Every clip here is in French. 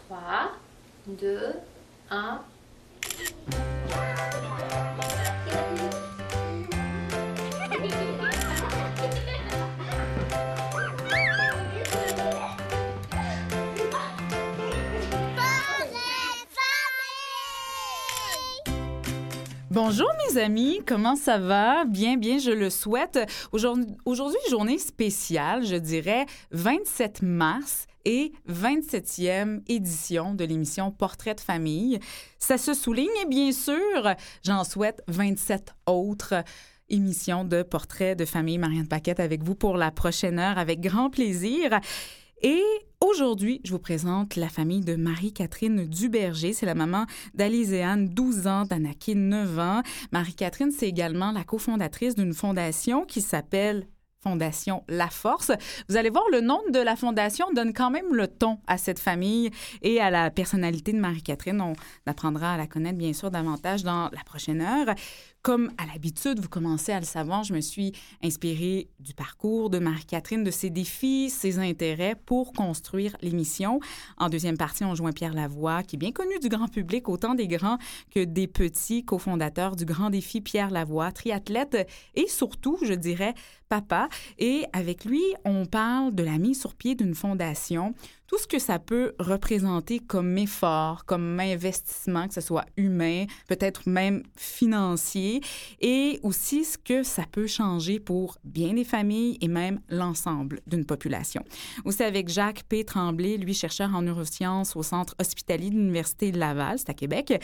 3, 2, 1. Bonjour mes amis, comment ça va? Bien, je le souhaite. Aujourd'hui, journée spéciale, je dirais 27 mars et 27e édition de l'émission Portrait de famille. Ça se souligne et bien sûr, j'en souhaite 27 autres émissions de Portrait de famille. Marianne Paquette avec vous pour la prochaine heure avec grand plaisir. Et aujourd'hui, je vous présente la famille de Marie-Catherine Duberger. C'est la maman d'Alizéane, 12 ans, d'Anakin, 9 ans. Marie-Catherine, c'est également la cofondatrice d'une fondation qui s'appelle Fondation La Force. Vous allez voir, le nom de la fondation donne quand même le ton à cette famille et à la personnalité de Marie-Catherine. On apprendra à la connaître, bien sûr, davantage dans la prochaine heure. Comme à l'habitude, vous commencez à le savoir, je me suis inspirée du parcours de Marie-Catherine, de ses défis, ses intérêts pour construire l'émission. En deuxième partie, on joint Pierre Lavoie, qui est bien connu du grand public, autant des grands que des petits, cofondateurs du Grand Défi Pierre Lavoie, triathlète et surtout, je dirais, papa. Et avec lui, on parle de la mise sur pied d'une fondation, tout ce que ça peut représenter comme effort, comme investissement, que ce soit humain, peut-être même financier, et aussi ce que ça peut changer pour bien des familles et même l'ensemble d'une population. Aussi avec Jacques P. Tremblay, lui chercheur en neurosciences au Centre hospitalier de l'Université de Laval, c'est à Québec.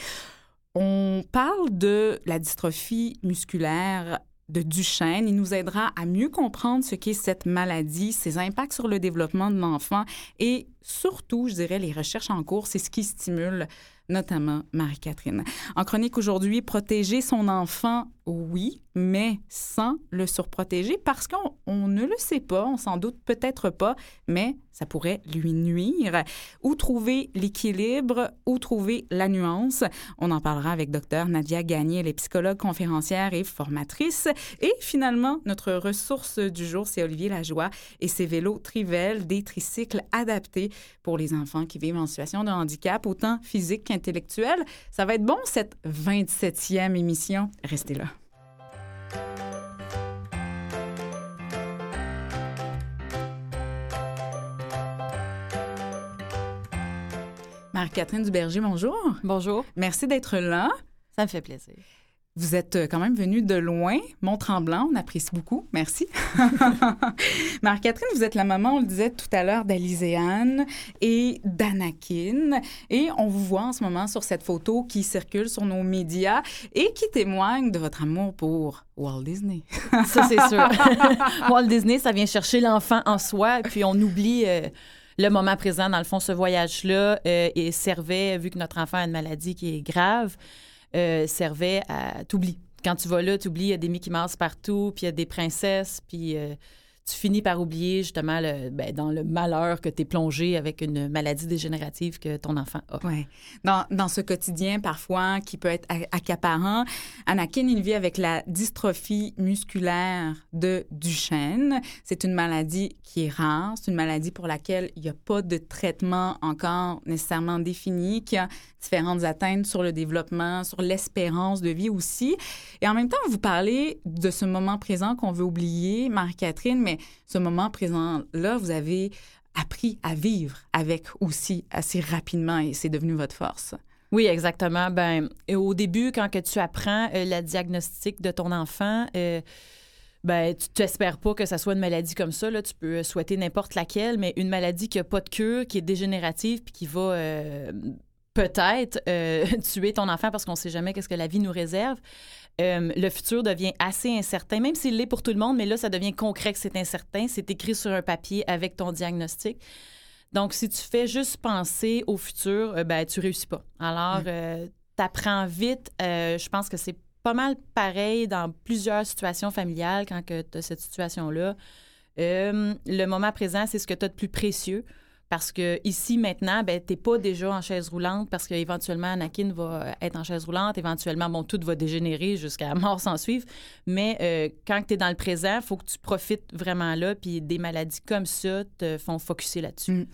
On parle de la dystrophie musculaire de Duchenne. Il nous aidera à mieux comprendre ce qu'est cette maladie, ses impacts sur le développement de l'enfant et surtout, je dirais, les recherches en cours, c'est ce qui stimule notamment Marie-Catherine. En chronique aujourd'hui, protéger son enfant, oui, mais sans le surprotéger parce qu'on ne le sait pas, on s'en doute peut-être pas, mais ça pourrait lui nuire. Où trouver l'équilibre, où trouver la nuance? On en parlera avec Dr Nadia Gagné, elle est psychologue, conférencière et formatrice. Et finalement, notre ressource du jour, c'est Olivier Lajoie et ses vélos Trivelle, des tricycles adaptés pour les enfants qui vivent en situation de handicap, autant physique qu'intellectuel. Ça va être bon, cette 27e émission. Restez là. Marie-Catherine Duberger, bonjour. Bonjour. Merci d'être là. Ça me fait plaisir. Vous êtes quand même venue de loin, Mont-Tremblant, on apprécie beaucoup. Merci. Marie-Catherine, vous êtes la maman, on le disait tout à l'heure, d'Alizéane et d'Anakin. Et on vous voit en ce moment sur cette photo qui circule sur nos médias et qui témoigne de votre amour pour Walt Disney. Ça, c'est sûr. Walt Disney, ça vient chercher l'enfant en soi, puis on oublie... le moment présent, dans le fond, ce voyage-là et servait, vu que notre enfant a une maladie qui est grave, servait à... T'oublies. Quand tu vas là, t'oublies, il y a des Mickey Mouse partout, puis il y a des princesses, puis tu finis par oublier, justement, dans le malheur que t'es plongé avec une maladie dégénérative que ton enfant a. Oui. Dans ce quotidien, parfois, qui peut être accaparant, Anakin, il vit avec la dystrophie musculaire de Duchenne. C'est une maladie qui est rare. C'est une maladie pour laquelle il n'y a pas de traitement encore nécessairement défini, qui a différentes atteintes sur le développement, sur l'espérance de vie aussi. Et en même temps, vous parlez de ce moment présent qu'on veut oublier, Marie-Catherine, mais ce moment présent-là, vous avez appris à vivre avec aussi assez rapidement et c'est devenu votre force. Oui, exactement. Au début, quand que tu apprends la diagnostic de ton enfant, tu t'espères pas que ça soit une maladie comme ça. Là. Tu peux souhaiter n'importe laquelle, mais une maladie qui n'a pas de cure, qui est dégénérative puis qui va peut-être tuer ton enfant parce qu'on ne sait jamais qu'est-ce que la vie nous réserve. Le futur devient assez incertain, même s'il l'est pour tout le monde, mais là, ça devient concret que c'est incertain. C'est écrit sur un papier avec ton diagnostic. Donc, si tu fais juste penser au futur, tu réussis pas. Alors, tu apprends vite. Je pense que c'est pas mal pareil dans plusieurs situations familiales quand tu as cette situation-là. Le moment présent, c'est ce que tu as de plus précieux Parce que ici, maintenant, ben, t'es pas déjà en chaise roulante parce qu'éventuellement, Anakin va être en chaise roulante. Éventuellement, bon, tout va dégénérer jusqu'à la mort s'en suivre. Mais quand tu es dans le présent, il faut que tu profites vraiment là. Puis des maladies comme ça te font focusser là-dessus.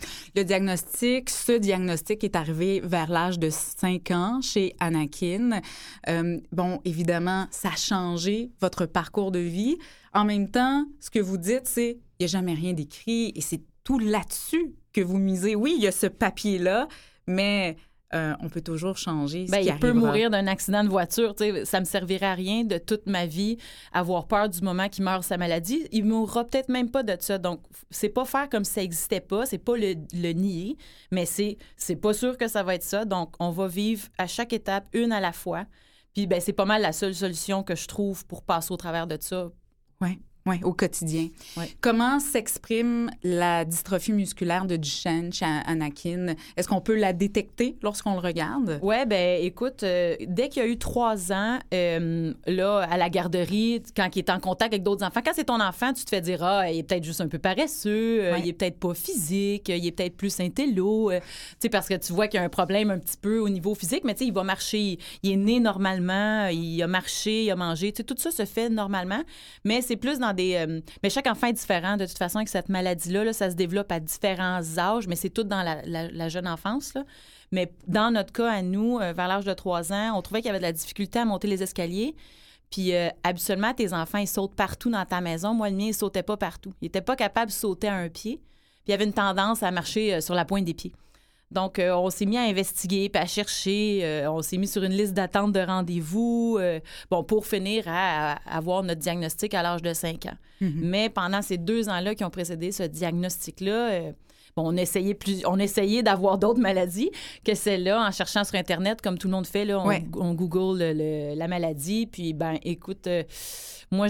Ce diagnostic est arrivé vers l'âge de 5 ans chez Anakin. Bon, évidemment, ça a changé votre parcours de vie. En même temps, ce que vous dites, c'est il n'y a jamais rien d'écrit et c'est tout là-dessus que vous misez. Oui, il y a ce papier-là, mais on peut toujours changer ce qui il peut arrivera. mourir d'un accident de voiture. Ça me servirait à rien de toute ma vie avoir peur du moment qu'il meurt sa maladie. Il mourra peut-être même pas de ça. Donc, c'est pas faire comme si ça n'existait pas. C'est pas le nier, mais c'est pas sûr que ça va être ça. Donc, on va vivre à chaque étape, une à la fois. Puis, ben, c'est pas mal la seule solution que je trouve pour passer au travers de ça. Oui, au quotidien. Ouais. Comment s'exprime la dystrophie musculaire de Duchenne chez Anakin? Est-ce qu'on peut la détecter lorsqu'on le regarde? Oui, ben écoute, dès qu'il y a eu 3 ans, là, à la garderie, quand il est en contact avec d'autres enfants, quand c'est ton enfant, tu te fais dire, il est peut-être juste un peu paresseux, il est peut-être pas physique, il est peut-être plus intello, tu sais, parce que tu vois qu'il y a un problème un petit peu au niveau physique, mais tu sais, il va marcher, il est né normalement, il a marché, il a mangé, tu sais, tout ça se fait normalement, mais c'est plus dans mais chaque enfant est différent de toute façon avec cette maladie-là. Là, ça se développe à différents âges, mais c'est tout dans la jeune enfance. Là. Mais dans notre cas, à nous, vers l'âge de 3 ans, on trouvait qu'il y avait de la difficulté à monter les escaliers. Puis habituellement, tes enfants, ils sautent partout dans ta maison. Moi, le mien, il sautait pas partout. Il était pas capable de sauter à un pied. Puis il avait une tendance à marcher sur la pointe des pieds. Donc, on s'est mis à investiguer puis à chercher. On s'est mis sur une liste d'attente de rendez-vous pour finir à avoir notre diagnostic à l'âge de 5 ans. Mm-hmm. Mais pendant ces 2 ans-là qui ont précédé ce diagnostic-là, on essayait d'avoir d'autres maladies que celle-là en cherchant sur Internet, comme tout le monde fait. Là, on Google la maladie. Puis, ben écoute, moi,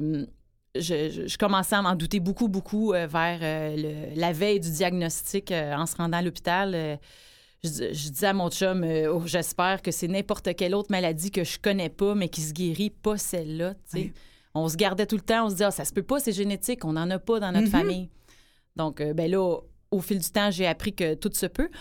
je commençais à m'en douter beaucoup vers la veille du diagnostic en se rendant à l'hôpital. Je disais à mon chum, j'espère que c'est n'importe quelle autre maladie que je connais pas, mais qui se guérit, pas celle-là. Oui. On se gardait tout le temps, on se disait, ça se peut pas, c'est génétique, on n'en a pas dans notre famille. Donc, ben là, au fil du temps, j'ai appris que tout se peut.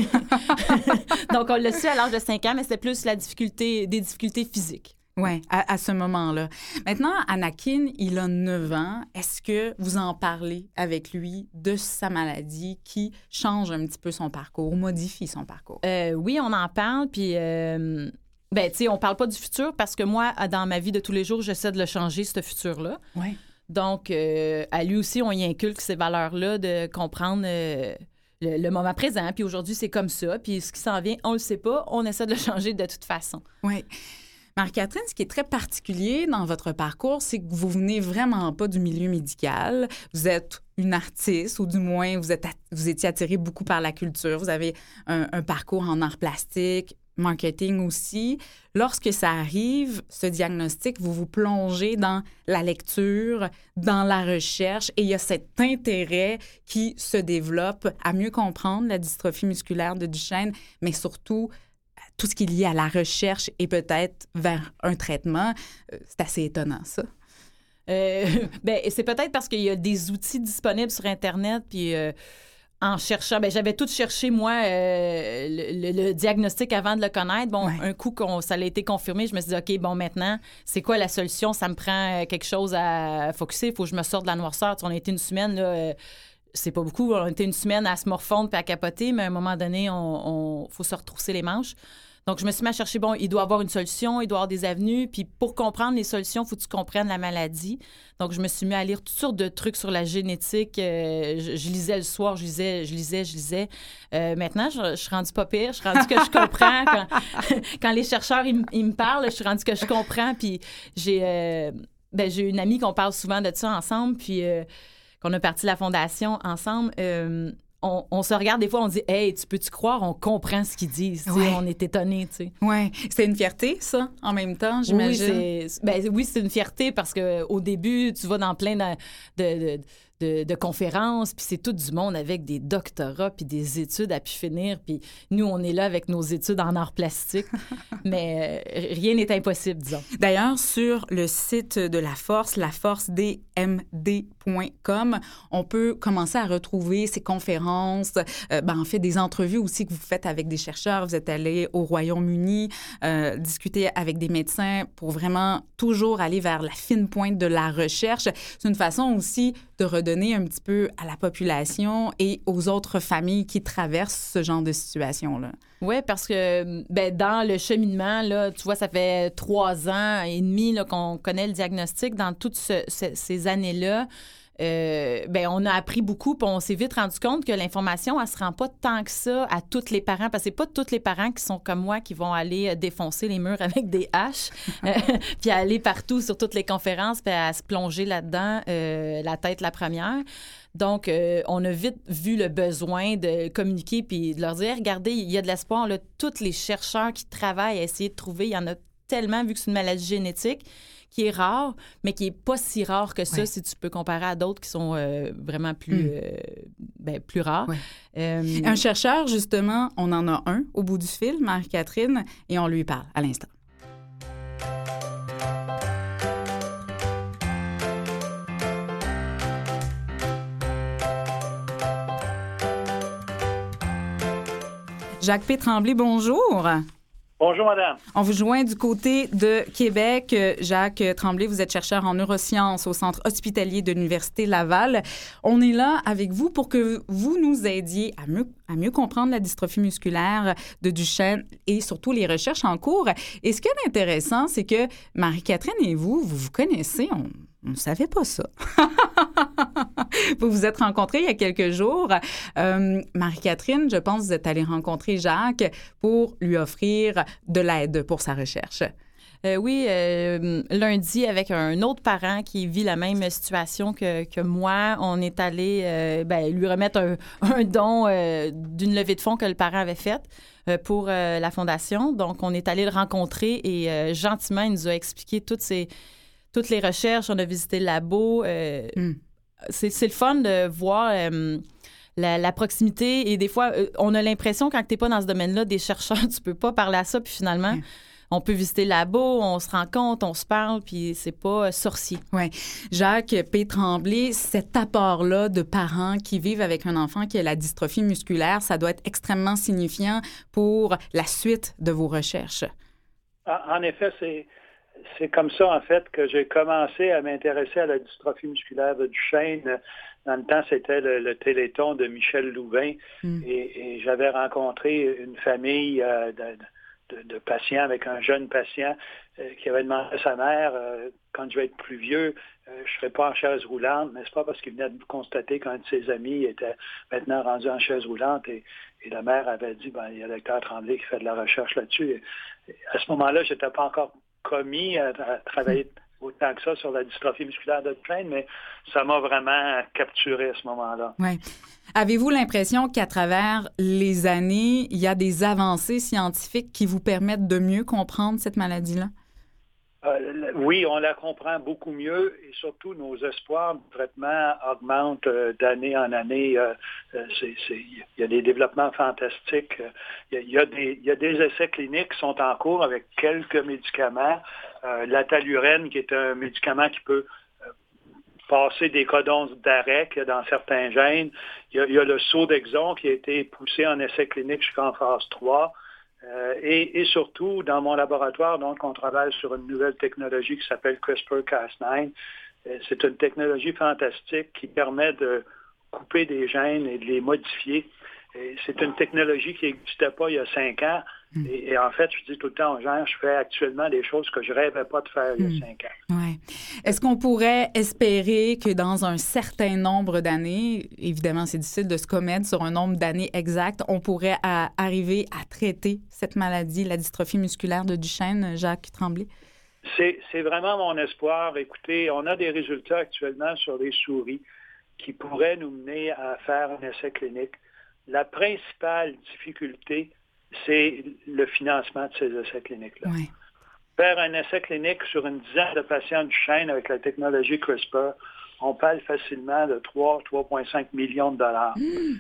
Donc, on l'a su à l'âge de 5 ans, mais c'était plus des difficultés physiques. Oui, à ce moment-là. Maintenant, Anakin, il a 9 ans. Est-ce que vous en parlez avec lui de sa maladie qui change un petit peu son parcours, modifie son parcours? Oui, on en parle, puis... tu sais, on parle pas du futur parce que moi, dans ma vie de tous les jours, j'essaie de le changer, ce futur-là. Oui. Donc, à lui aussi, on y inculque ces valeurs-là de comprendre... le moment présent, puis aujourd'hui, c'est comme ça, puis ce qui s'en vient, on le sait pas, on essaie de le changer de toute façon. Oui. Marie-Catherine, ce qui est très particulier dans votre parcours, c'est que vous venez vraiment pas du milieu médical. Vous êtes une artiste, ou du moins, vous étiez attirée beaucoup par la culture. Vous avez un parcours en arts plastiques, marketing aussi. Lorsque ça arrive, ce diagnostic, vous vous plongez dans la lecture, dans la recherche, et il y a cet intérêt qui se développe à mieux comprendre la dystrophie musculaire de Duchenne, mais surtout tout ce qui est lié à la recherche et peut-être vers un traitement. C'est assez étonnant, ça. C'est peut-être parce qu'il y a des outils disponibles sur Internet, puis en cherchant, j'avais tout cherché, moi, le diagnostic avant de le connaître. Bon, un coup ça a été confirmé, je me suis dit, OK, bon, maintenant, c'est quoi la solution? Ça me prend quelque chose à focusser, il faut que je me sorte de la noirceur. On a été une semaine, là... c'est pas beaucoup. On était une semaine à se morfondre puis à capoter, mais à un moment donné, on faut se retrousser les manches. Donc, je me suis mis à chercher, il doit y avoir une solution, il doit y avoir des avenues. Puis pour comprendre les solutions, il faut que tu comprennes la maladie. Donc, je me suis mis à lire toutes sortes de trucs sur la génétique. Je lisais le soir, je lisais. Maintenant, je suis rendue pas pire. Je suis rendue que je comprends. Quand les chercheurs, ils me parlent, je suis rendue que je comprends. Puis j'ai une amie qu'on parle souvent de ça ensemble. Puis... qu'on a parti la fondation ensemble, on se regarde des fois, on dit « Hey, tu peux-tu croire? On comprend ce qu'ils disent. Ouais. » On est étonnés, tu sais. Oui. C'est une fierté, ça, en même temps, j'imagine? Oui, c'est une fierté parce qu'au début, tu vas dans plein de conférences, puis c'est tout du monde avec des doctorats puis des études à pu finir, puis nous, on est là avec nos études en arts plastiques, mais rien n'est impossible, disons. D'ailleurs, sur le site de la forcedmd.com, on peut commencer à retrouver ces conférences, en fait, des entrevues aussi que vous faites avec des chercheurs. Vous êtes allé au Royaume-Uni, discuter avec des médecins pour vraiment toujours aller vers la fine pointe de la recherche. C'est une façon aussi de redonner un petit peu à la population et aux autres familles qui traversent ce genre de situation-là. Oui, parce que dans le cheminement, là, tu vois, ça fait 3 ans et demi là, qu'on connaît le diagnostic. Dans toutes ces années-là, on a appris beaucoup, puis on s'est vite rendu compte que l'information, elle se rend pas tant que ça à tous les parents, parce que c'est pas tous les parents qui sont comme moi qui vont aller défoncer les murs avec des haches, puis aller partout sur toutes les conférences, puis à se plonger là-dedans, la tête la première. Donc, on a vite vu le besoin de communiquer puis de leur dire, regardez, il y a de l'espoir, là, tous les chercheurs qui travaillent à essayer de trouver, il y en a tellement, vu que c'est une maladie génétique, qui est rare, mais qui n'est pas si rare que ça, si tu peux comparer à d'autres qui sont vraiment plus rares. Ouais. Un chercheur, justement, on en a un au bout du fil, Marie-Catherine, et on lui parle à l'instant. Jacques P. Tremblay, bonjour. Bonjour, madame. On vous joint du côté de Québec. Jacques Tremblay, vous êtes chercheur en neurosciences au Centre hospitalier de l'Université Laval. On est là avec vous pour que vous nous aidiez à mieux comprendre la dystrophie musculaire de Duchenne et surtout les recherches en cours. Et ce qui est intéressant, c'est que Marie-Catherine et vous vous connaissez, on ne savait pas ça. Vous vous êtes rencontrés il y a quelques jours. Marie-Catherine, je pense que vous êtes allée rencontrer Jacques pour lui offrir de l'aide pour sa recherche. Oui, lundi, avec un autre parent qui vit la même situation que moi, on est allé lui remettre un don d'une levée de fonds que le parent avait faite pour la fondation. Donc, on est allé le rencontrer et gentiment, il nous a expliqué toutes les recherches. On a visité le labo. C'est le fun de voir la proximité. Et des fois, on a l'impression, quand tu n'es pas dans ce domaine-là, des chercheurs, tu peux pas parler à ça. Puis finalement, on peut visiter le labo, on se rencontre, on se parle, puis c'est pas sorcier. Oui. Jacques P. Tremblay, cet apport-là de parents qui vivent avec un enfant qui a la dystrophie musculaire, ça doit être extrêmement signifiant pour la suite de vos recherches. En effet, c'est comme ça, en fait, que j'ai commencé à m'intéresser à la dystrophie musculaire de Duchenne. Dans le temps, c'était le Téléthon de Michel Louvain. Et j'avais rencontré une famille de patients avec un jeune patient qui avait demandé à sa mère, quand je vais être plus vieux, je ne serai pas en chaise roulante, mais c'est pas parce qu'il venait de constater qu'un de ses amis était maintenant rendu en chaise roulante. Et la mère avait dit, il y a le docteur Tremblay qui fait de la recherche là-dessus. Et à ce moment-là, je n'étais pas encore commis à travailler autant que ça sur la dystrophie musculaire de Duchenne, mais ça m'a vraiment capturé à ce moment-là. Oui. Avez-vous l'impression qu'à travers les années, il y a des avancées scientifiques qui vous permettent de mieux comprendre cette maladie-là? Oui, on la comprend beaucoup mieux et surtout nos espoirs de traitement augmentent d'année en année. Il y a des développements fantastiques. Il y a des essais cliniques qui sont en cours avec quelques médicaments. La tallurène, qui est un médicament qui peut passer des codons d'arrêt qu'il y a dans certains gènes. Il y a le Sodexon qui a été poussé en essai clinique jusqu'en phase 3. Et surtout, dans mon laboratoire, donc, on travaille sur une nouvelle technologie qui s'appelle CRISPR-Cas9. C'est une technologie fantastique qui permet de couper des gènes et de les modifier. Et c'est une technologie qui n'existait pas il y a 5 ans. Et en fait, je dis tout le temps aux gens, je fais actuellement des choses que je ne rêvais pas de faire il y a 5 ans. Ouais. Est-ce qu'on pourrait espérer que dans un certain nombre d'années, évidemment, c'est difficile de se commettre sur un nombre d'années exact, on pourrait arriver à traiter cette maladie, la dystrophie musculaire de Duchenne, Jacques Tremblay? C'est vraiment mon espoir. Écoutez, on a des résultats actuellement sur les souris qui pourraient nous mener à faire un essai clinique. La principale difficulté, c'est le financement de ces essais cliniques-là. Ouais. Faire un essai clinique sur une dizaine de patients Duchenne avec la technologie CRISPR, on parle facilement de 3,5 millions de dollars.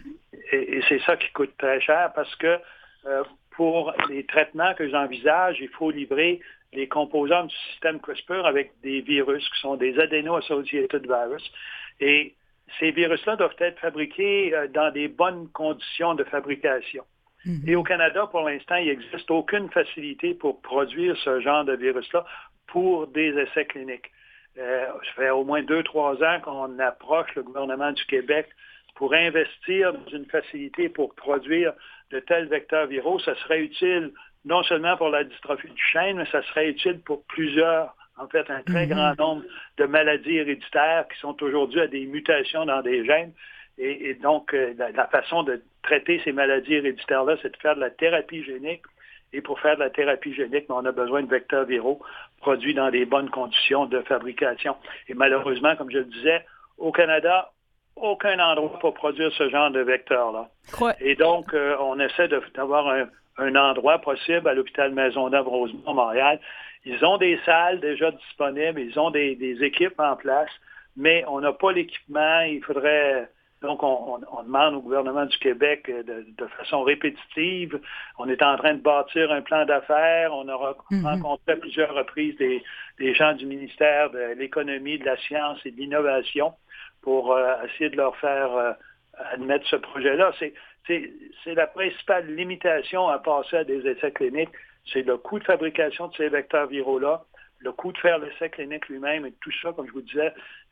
Et c'est ça qui coûte très cher parce que pour les traitements que j'envisage, il faut livrer les composants du système CRISPR avec des virus qui sont des adeno-associated virus. Et ces virus-là doivent être fabriqués dans des bonnes conditions de fabrication. Et au Canada, pour l'instant, il n'existe aucune facilité pour produire ce genre de virus-là pour des essais cliniques. Ça fait au moins 2-3 ans qu'on approche le gouvernement du Québec pour investir dans une facilité pour produire de tels vecteurs viraux. Ça serait utile non seulement pour la dystrophie du chêne, mais ça serait utile pour plusieurs, en fait, un très grand nombre de maladies héréditaires qui sont aujourd'hui à des mutations dans des gènes. Et donc, la façon de traiter ces maladies héréditaires-là, c'est de faire de la thérapie génique. Et pour faire de la thérapie génique, on a besoin de vecteurs viraux produits dans des bonnes conditions de fabrication. Et malheureusement, comme je le disais, au Canada, aucun endroit pour produire ce genre de vecteurs-là. Et donc, on essaie d'avoir un endroit possible à l'hôpital Maisonneuve-Rosemont, Montréal. Ils ont des salles déjà disponibles, ils ont des équipes en place, mais on n'a pas l'équipement. Il faudrait... Donc, on demande au gouvernement du Québec de façon répétitive. On est en train de bâtir un plan d'affaires. On a rencontré à plusieurs reprises des gens du ministère de l'Économie, de la Science et de l'Innovation pour essayer de leur faire admettre ce projet-là. C'est la principale limitation à passer à des essais cliniques. C'est le coût de fabrication de ces vecteurs viraux-là, le coût de faire l'essai clinique lui-même et tout ça, comme je vous disais,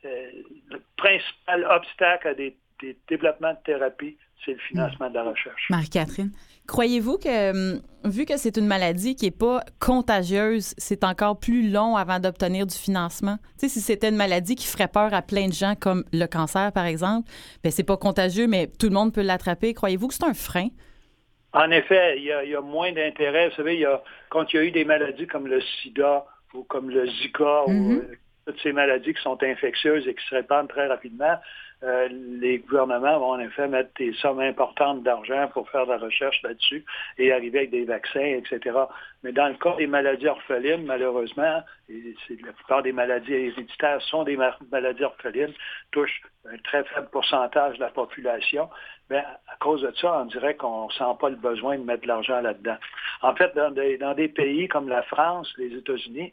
le principal obstacle à des développements de thérapie, c'est le financement de la recherche. Marie-Catherine? Croyez-vous que, vu que c'est une maladie qui n'est pas contagieuse, c'est encore plus long avant d'obtenir du financement? Tu sais, si c'était une maladie qui ferait peur à plein de gens, comme le cancer, par exemple, bien, c'est pas contagieux, mais tout le monde peut l'attraper. Croyez-vous que c'est un frein? En effet, il y a moins d'intérêt. Vous savez, quand il y a eu des maladies comme le sida ou comme le Zika ou toutes ces maladies qui sont infectieuses et qui se répandent très rapidement, les gouvernements vont en effet mettre des sommes importantes d'argent pour faire de la recherche là-dessus et arriver avec des vaccins, etc. Mais dans le cas des maladies orphelines, malheureusement, la plupart des maladies héréditaires sont des maladies orphelines, touchent un très faible pourcentage de la population. Bien, à cause de ça, on dirait qu'on ne sent pas le besoin de mettre de l'argent là-dedans. En fait, dans des pays comme la France, les États-Unis,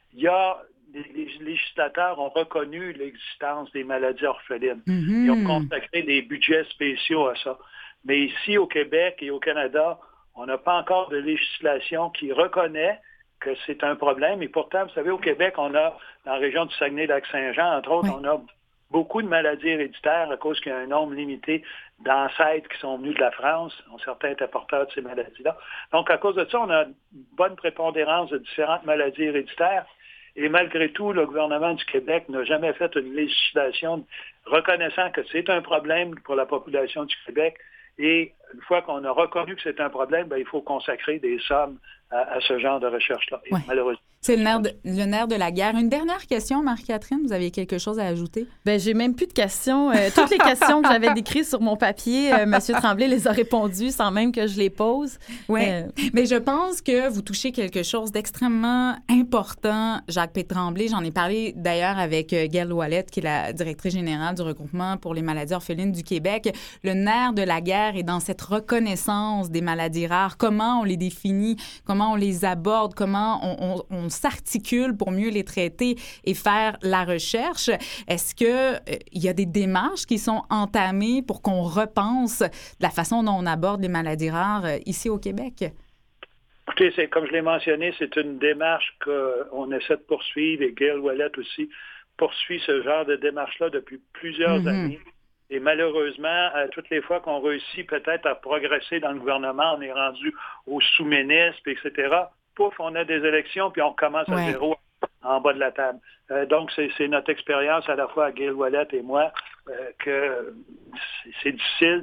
les législateurs ont reconnu l'existence des maladies orphelines. Ils ont consacré des budgets spéciaux à ça. Mais ici, au Québec et au Canada, on n'a pas encore de législation qui reconnaît que c'est un problème. Et pourtant, vous savez, au Québec, on a, dans la région du Saguenay-Lac-Saint-Jean, entre autres, on a beaucoup de maladies héréditaires à cause qu'il y a un nombre limité d'ancêtres qui sont venus de la France. Certains étaient porteurs de ces maladies-là. Donc, à cause de ça, on a une bonne prépondérance de différentes maladies héréditaires. Et malgré tout, le gouvernement du Québec n'a jamais fait une législation reconnaissant que c'est un problème pour la population du Québec. Et une fois qu'on a reconnu que c'est un problème, bien, il faut consacrer des sommes à ce genre de recherche-là. Et malheureusement, c'est le nerf de la guerre. Une dernière question, Marie-Catherine, vous aviez quelque chose à ajouter? Bien, j'ai même plus de questions. Toutes les questions que j'avais décrites sur mon papier, M. Tremblay les a répondues sans même que je les pose. Oui, mais je pense que vous touchez quelque chose d'extrêmement important, Jacques P. Tremblay. J'en ai parlé d'ailleurs avec Gail Ouellette, qui est la directrice générale du regroupement pour les maladies orphelines du Québec. Le nerf de la guerre est dans cette reconnaissance des maladies rares. Comment on les définit, comment on les aborde, comment on s'articule pour mieux les traiter et faire la recherche. Est-ce qu'il y a des démarches qui sont entamées pour qu'on repense la façon dont on aborde les maladies rares ici au Québec? Écoutez, comme je l'ai mentionné, c'est une démarche qu'on essaie de poursuivre et Gail Ouellette aussi poursuit ce genre de démarche-là depuis plusieurs années. Et malheureusement, toutes les fois qu'on réussit peut-être à progresser dans le gouvernement, on est rendu au sous-ministre, etc. Pouf, on a des élections, puis on recommence à zéro en bas de la table. Donc, c'est notre expérience à la fois à Gail Ouellette et moi que c'est difficile.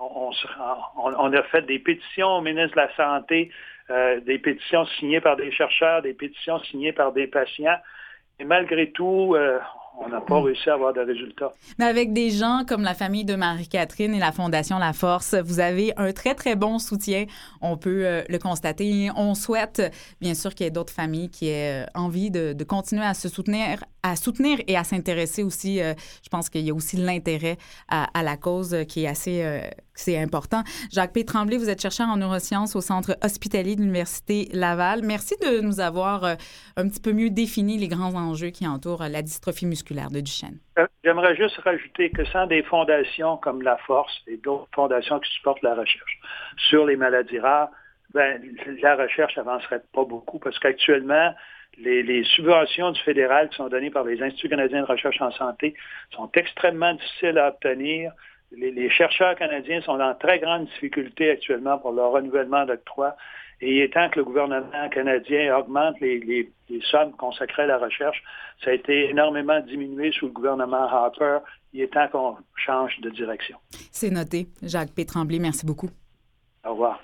On a fait des pétitions au ministre de la Santé, des pétitions signées par des chercheurs, des pétitions signées par des patients. Et malgré tout, on n'a pas réussi à avoir de résultats. Mais avec des gens comme la famille de Marie-Catherine et la Fondation La Force, vous avez un très, très bon soutien. On peut le constater. On souhaite, bien sûr, qu'il y ait d'autres familles qui aient envie de continuer à se soutenir à soutenir et à s'intéresser aussi. Je pense qu'il y a aussi l'intérêt à la cause qui est c'est important. Jacques P. Tremblay, vous êtes chercheur en neurosciences au Centre hospitalier de l'Université Laval. Merci de nous avoir un petit peu mieux défini les grands enjeux qui entourent la dystrophie musculaire de Duchenne. J'aimerais juste rajouter que sans des fondations comme la Force et d'autres fondations qui supportent la recherche sur les maladies rares, la recherche n'avancerait pas beaucoup parce qu'actuellement, les subventions du fédéral qui sont données par les Instituts canadiens de recherche en santé sont extrêmement difficiles à obtenir. Les chercheurs canadiens sont dans très grande difficulté actuellement pour leur renouvellement d'octroi. Et il est temps que le gouvernement canadien augmente les sommes consacrées à la recherche. Ça a été énormément diminué sous le gouvernement Harper. Il est temps qu'on change de direction. C'est noté. Jacques P. Tremblay, merci beaucoup. Au revoir.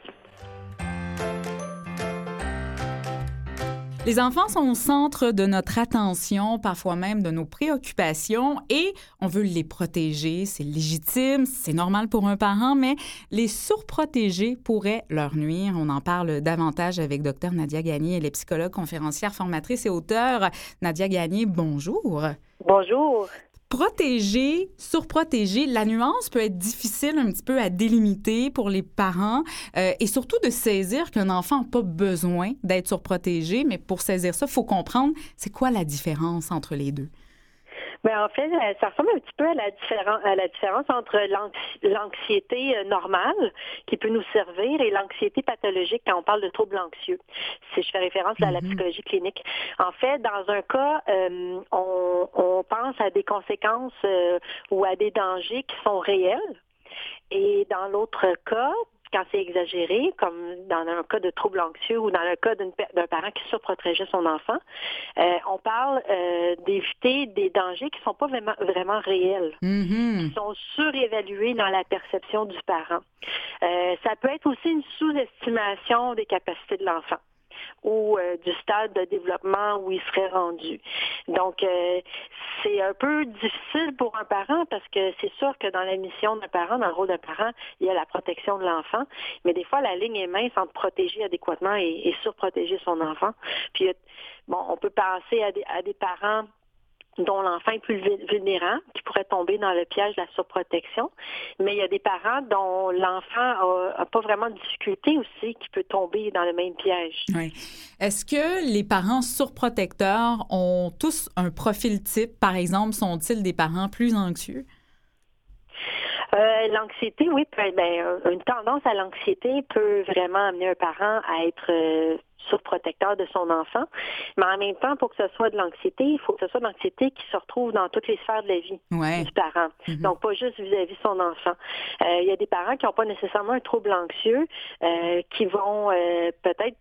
Les enfants sont au centre de notre attention, parfois même de nos préoccupations, et on veut les protéger. C'est légitime, c'est normal pour un parent, mais les surprotéger pourraient leur nuire. On en parle davantage avec Dr Nadia Gagné. Elle est psychologue, conférencière, formatrice et auteure. Nadia Gagné, bonjour. Bonjour. Protéger, surprotéger, la nuance peut être difficile un petit peu à délimiter pour les parents et surtout de saisir qu'un enfant n'a pas besoin d'être surprotégé, mais pour saisir ça, il faut comprendre c'est quoi la différence entre les deux. En fait, ça ressemble un petit peu à la différence entre l'anxiété normale qui peut nous servir et l'anxiété pathologique quand on parle de troubles anxieux. Si je fais référence à la psychologie clinique. En fait, dans un cas, on pense à des conséquences ou à des dangers qui sont réels. Et dans l'autre cas, quand c'est exagéré, comme dans un cas de trouble anxieux ou dans le cas d'un parent qui surprotégeait son enfant, on parle d'éviter des dangers qui ne sont pas vraiment réels, qui sont surévalués dans la perception du parent. Ça peut être aussi une sous-estimation des capacités de l'enfant ou du stade de développement où il serait rendu. Donc, c'est un peu difficile pour un parent parce que c'est sûr que dans la mission d'un parent, dans le rôle d'un parent, il y a la protection de l'enfant, mais des fois, la ligne est mince entre protéger adéquatement et surprotéger son enfant. Puis, on peut penser à des parents dont l'enfant est plus vulnérable, qui pourrait tomber dans le piège de la surprotection. Mais il y a des parents dont l'enfant n'a pas vraiment de difficulté aussi, qui peut tomber dans le même piège. Oui. Est-ce que les parents surprotecteurs ont tous un profil type? Par exemple, sont-ils des parents plus anxieux? L'anxiété, oui, une tendance à l'anxiété peut vraiment amener un parent à être surprotecteur de son enfant. Mais en même temps, pour que ce soit de l'anxiété, il faut que ce soit de l'anxiété qui se retrouve dans toutes les sphères de la vie du parent. Donc, pas juste vis-à-vis de son enfant. Il y a des parents qui n'ont pas nécessairement un trouble anxieux, qui vont peut-être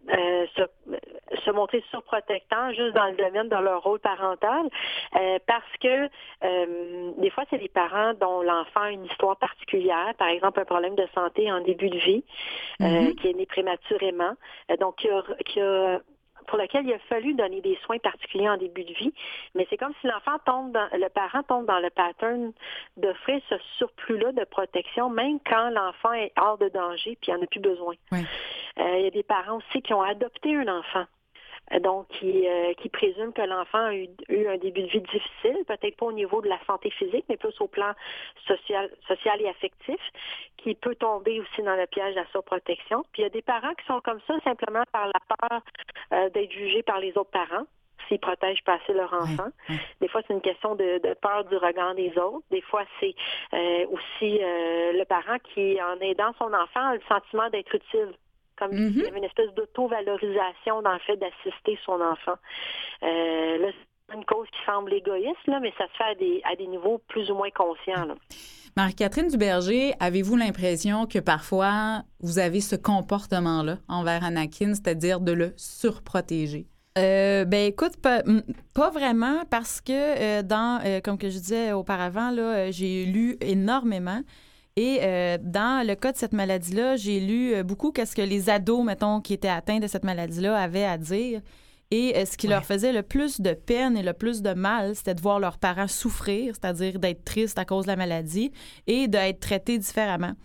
se montrer surprotecteurs juste dans le domaine de leur rôle parental, parce que des fois, c'est des parents dont l'enfant a une histoire particulière, par exemple un problème de santé en début de vie, qui est né prématurément, donc pour lequel il a fallu donner des soins particuliers en début de vie, mais c'est comme si le parent tombe dans le pattern d'offrir ce surplus-là de protection, même quand l'enfant est hors de danger puis il n'en a plus besoin. Oui. Il y a des parents aussi qui ont adopté un enfant. Donc, qui présument que l'enfant a eu un début de vie difficile, peut-être pas au niveau de la santé physique, mais plus au plan social et affectif, qui peut tomber aussi dans le piège de la surprotection. Puis, il y a des parents qui sont comme ça simplement par la peur d'être jugés par les autres parents, s'ils protègent pas assez leur enfant. Des fois, c'est une question de peur du regard des autres. Des fois, c'est aussi le parent qui, en aidant son enfant, a le sentiment d'être utile. Comme il y avait une espèce d'auto-valorisation dans le fait d'assister son enfant. Là, c'est une cause qui semble égoïste, là, mais ça se fait à des niveaux plus ou moins conscients. Là. Marie-Catherine Duberger, avez-vous l'impression que parfois, vous avez ce comportement-là envers Anakin, c'est-à-dire de le surprotéger? Écoute, pas vraiment, parce que comme que je disais auparavant, là, j'ai lu énormément. Et dans le cas de cette maladie-là, j'ai lu beaucoup qu'est-ce que les ados, mettons, qui étaient atteints de cette maladie-là avaient à dire. Et ce qui leur faisait le plus de peine et le plus de mal, c'était de voir leurs parents souffrir, c'est-à-dire d'être tristes à cause de la maladie et d'être traités différemment.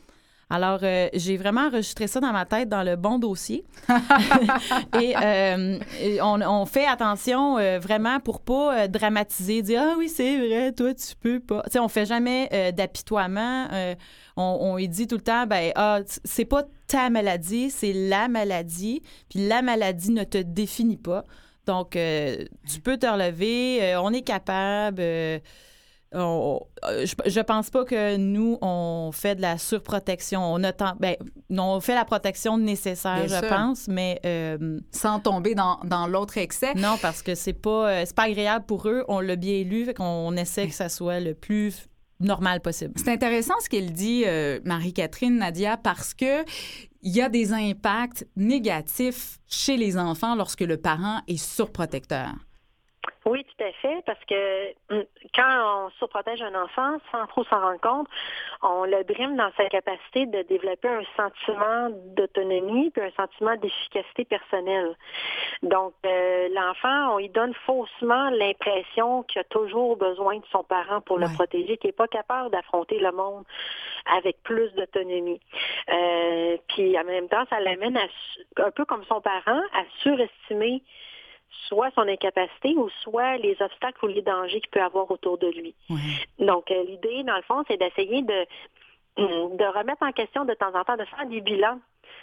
Alors, j'ai vraiment enregistré ça dans ma tête, dans le bon dossier. Et on fait attention vraiment pour pas dramatiser, dire « Ah oui, c'est vrai, toi, tu peux pas. » Tu sais, on fait jamais d'apitoiement. On lui dit tout le temps, c'est pas ta maladie, c'est la maladie. Puis la maladie ne te définit pas. Donc, tu peux te relever, on est capable. Je pense pas que nous, on fait de la surprotection. On fait la protection nécessaire, je pense, mais... sans tomber dans l'autre excès. Non, parce que c'est pas agréable pour eux. On l'a bien lu, fait qu'on essaie que ça soit le plus normal possible. C'est intéressant ce qu'elle dit, Marie-Catherine, Nadia, parce que il y a des impacts négatifs chez les enfants lorsque le parent est surprotecteur. Oui, tout à fait, parce que quand on surprotège un enfant, sans trop s'en rendre compte, on le brime dans sa capacité de développer un sentiment d'autonomie puis un sentiment d'efficacité personnelle. Donc, l'enfant, on lui donne faussement l'impression qu'il a toujours besoin de son parent pour le protéger, qu'il n'est pas capable d'affronter le monde avec plus d'autonomie. Puis, en même temps, ça l'amène un peu comme son parent, à surestimer soit son incapacité ou soit les obstacles ou les dangers qu'il peut avoir autour de lui. Donc, l'idée, dans le fond, c'est d'essayer de remettre en question de temps en temps, de faire des bilans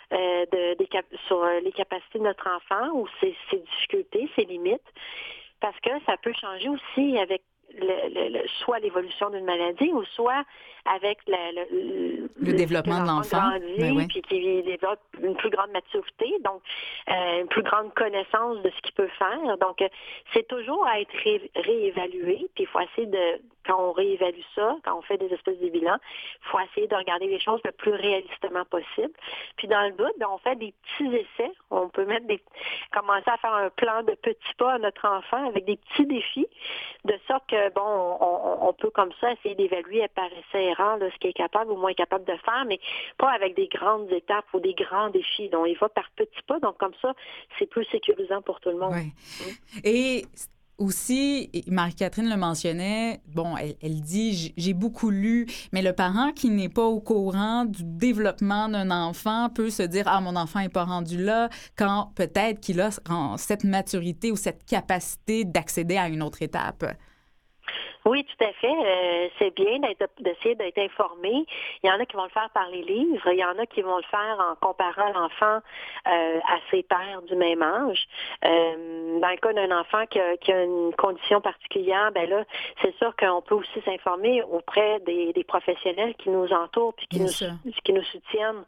sur les capacités de notre enfant ou ses difficultés, ses limites, parce que ça peut changer aussi avec soit l'évolution d'une maladie ou soit avec le développement de l'enfant puis qui développe une plus grande maturité, donc une plus grande connaissance de ce qu'il peut faire. Donc, c'est toujours à être réévalué, puis il faut essayer quand on réévalue ça, quand on fait des espèces de bilans, il faut essayer de regarder les choses le plus réalistement possible. Puis dans le bout, on fait des petits essais. On peut commencer à faire un plan de petits pas à notre enfant avec des petits défis, de sorte que, on peut comme ça essayer d'évaluer par essai-erreur ce qu'il est capable ou moins capable de faire, mais pas avec des grandes étapes ou des grands défis. Donc, il va par petits pas. Donc, comme ça, c'est plus sécurisant pour tout le monde. Et aussi, Marie-Catherine le mentionnait, elle dit « j'ai beaucoup lu », mais le parent qui n'est pas au courant du développement d'un enfant peut se dire « Ah, mon enfant n'est pas rendu là », quand peut-être qu'il a cette maturité ou cette capacité d'accéder à une autre étape. Oui, tout à fait. C'est bien d'essayer d'être informé. Il y en a qui vont le faire par les livres. Il y en a qui vont le faire en comparant l'enfant à ses pairs du même âge. Dans le cas d'un enfant qui a une condition particulière, là, c'est sûr qu'on peut aussi s'informer auprès des professionnels qui nous entourent puis qui nous soutiennent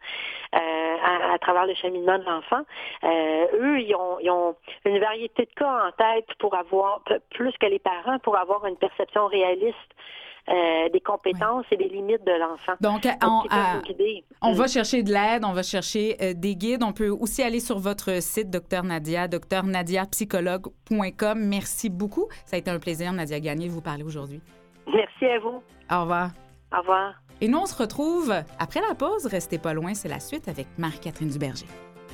à travers le cheminement de l'enfant. Eux, ils ont une variété de cas en tête pour avoir, plus que les parents, pour avoir une perception réaliste des compétences et des limites de l'enfant. Donc on va chercher de l'aide, on va chercher des guides. On peut aussi aller sur votre site, Dr Nadia, drnadiapsychologue.com. Merci beaucoup. Ça a été un plaisir, Nadia Gagné, de vous parler aujourd'hui. Merci à vous. Au revoir. Au revoir. Et nous, on se retrouve après la pause. Restez pas loin, c'est la suite avec Marie-Catherine Duberger.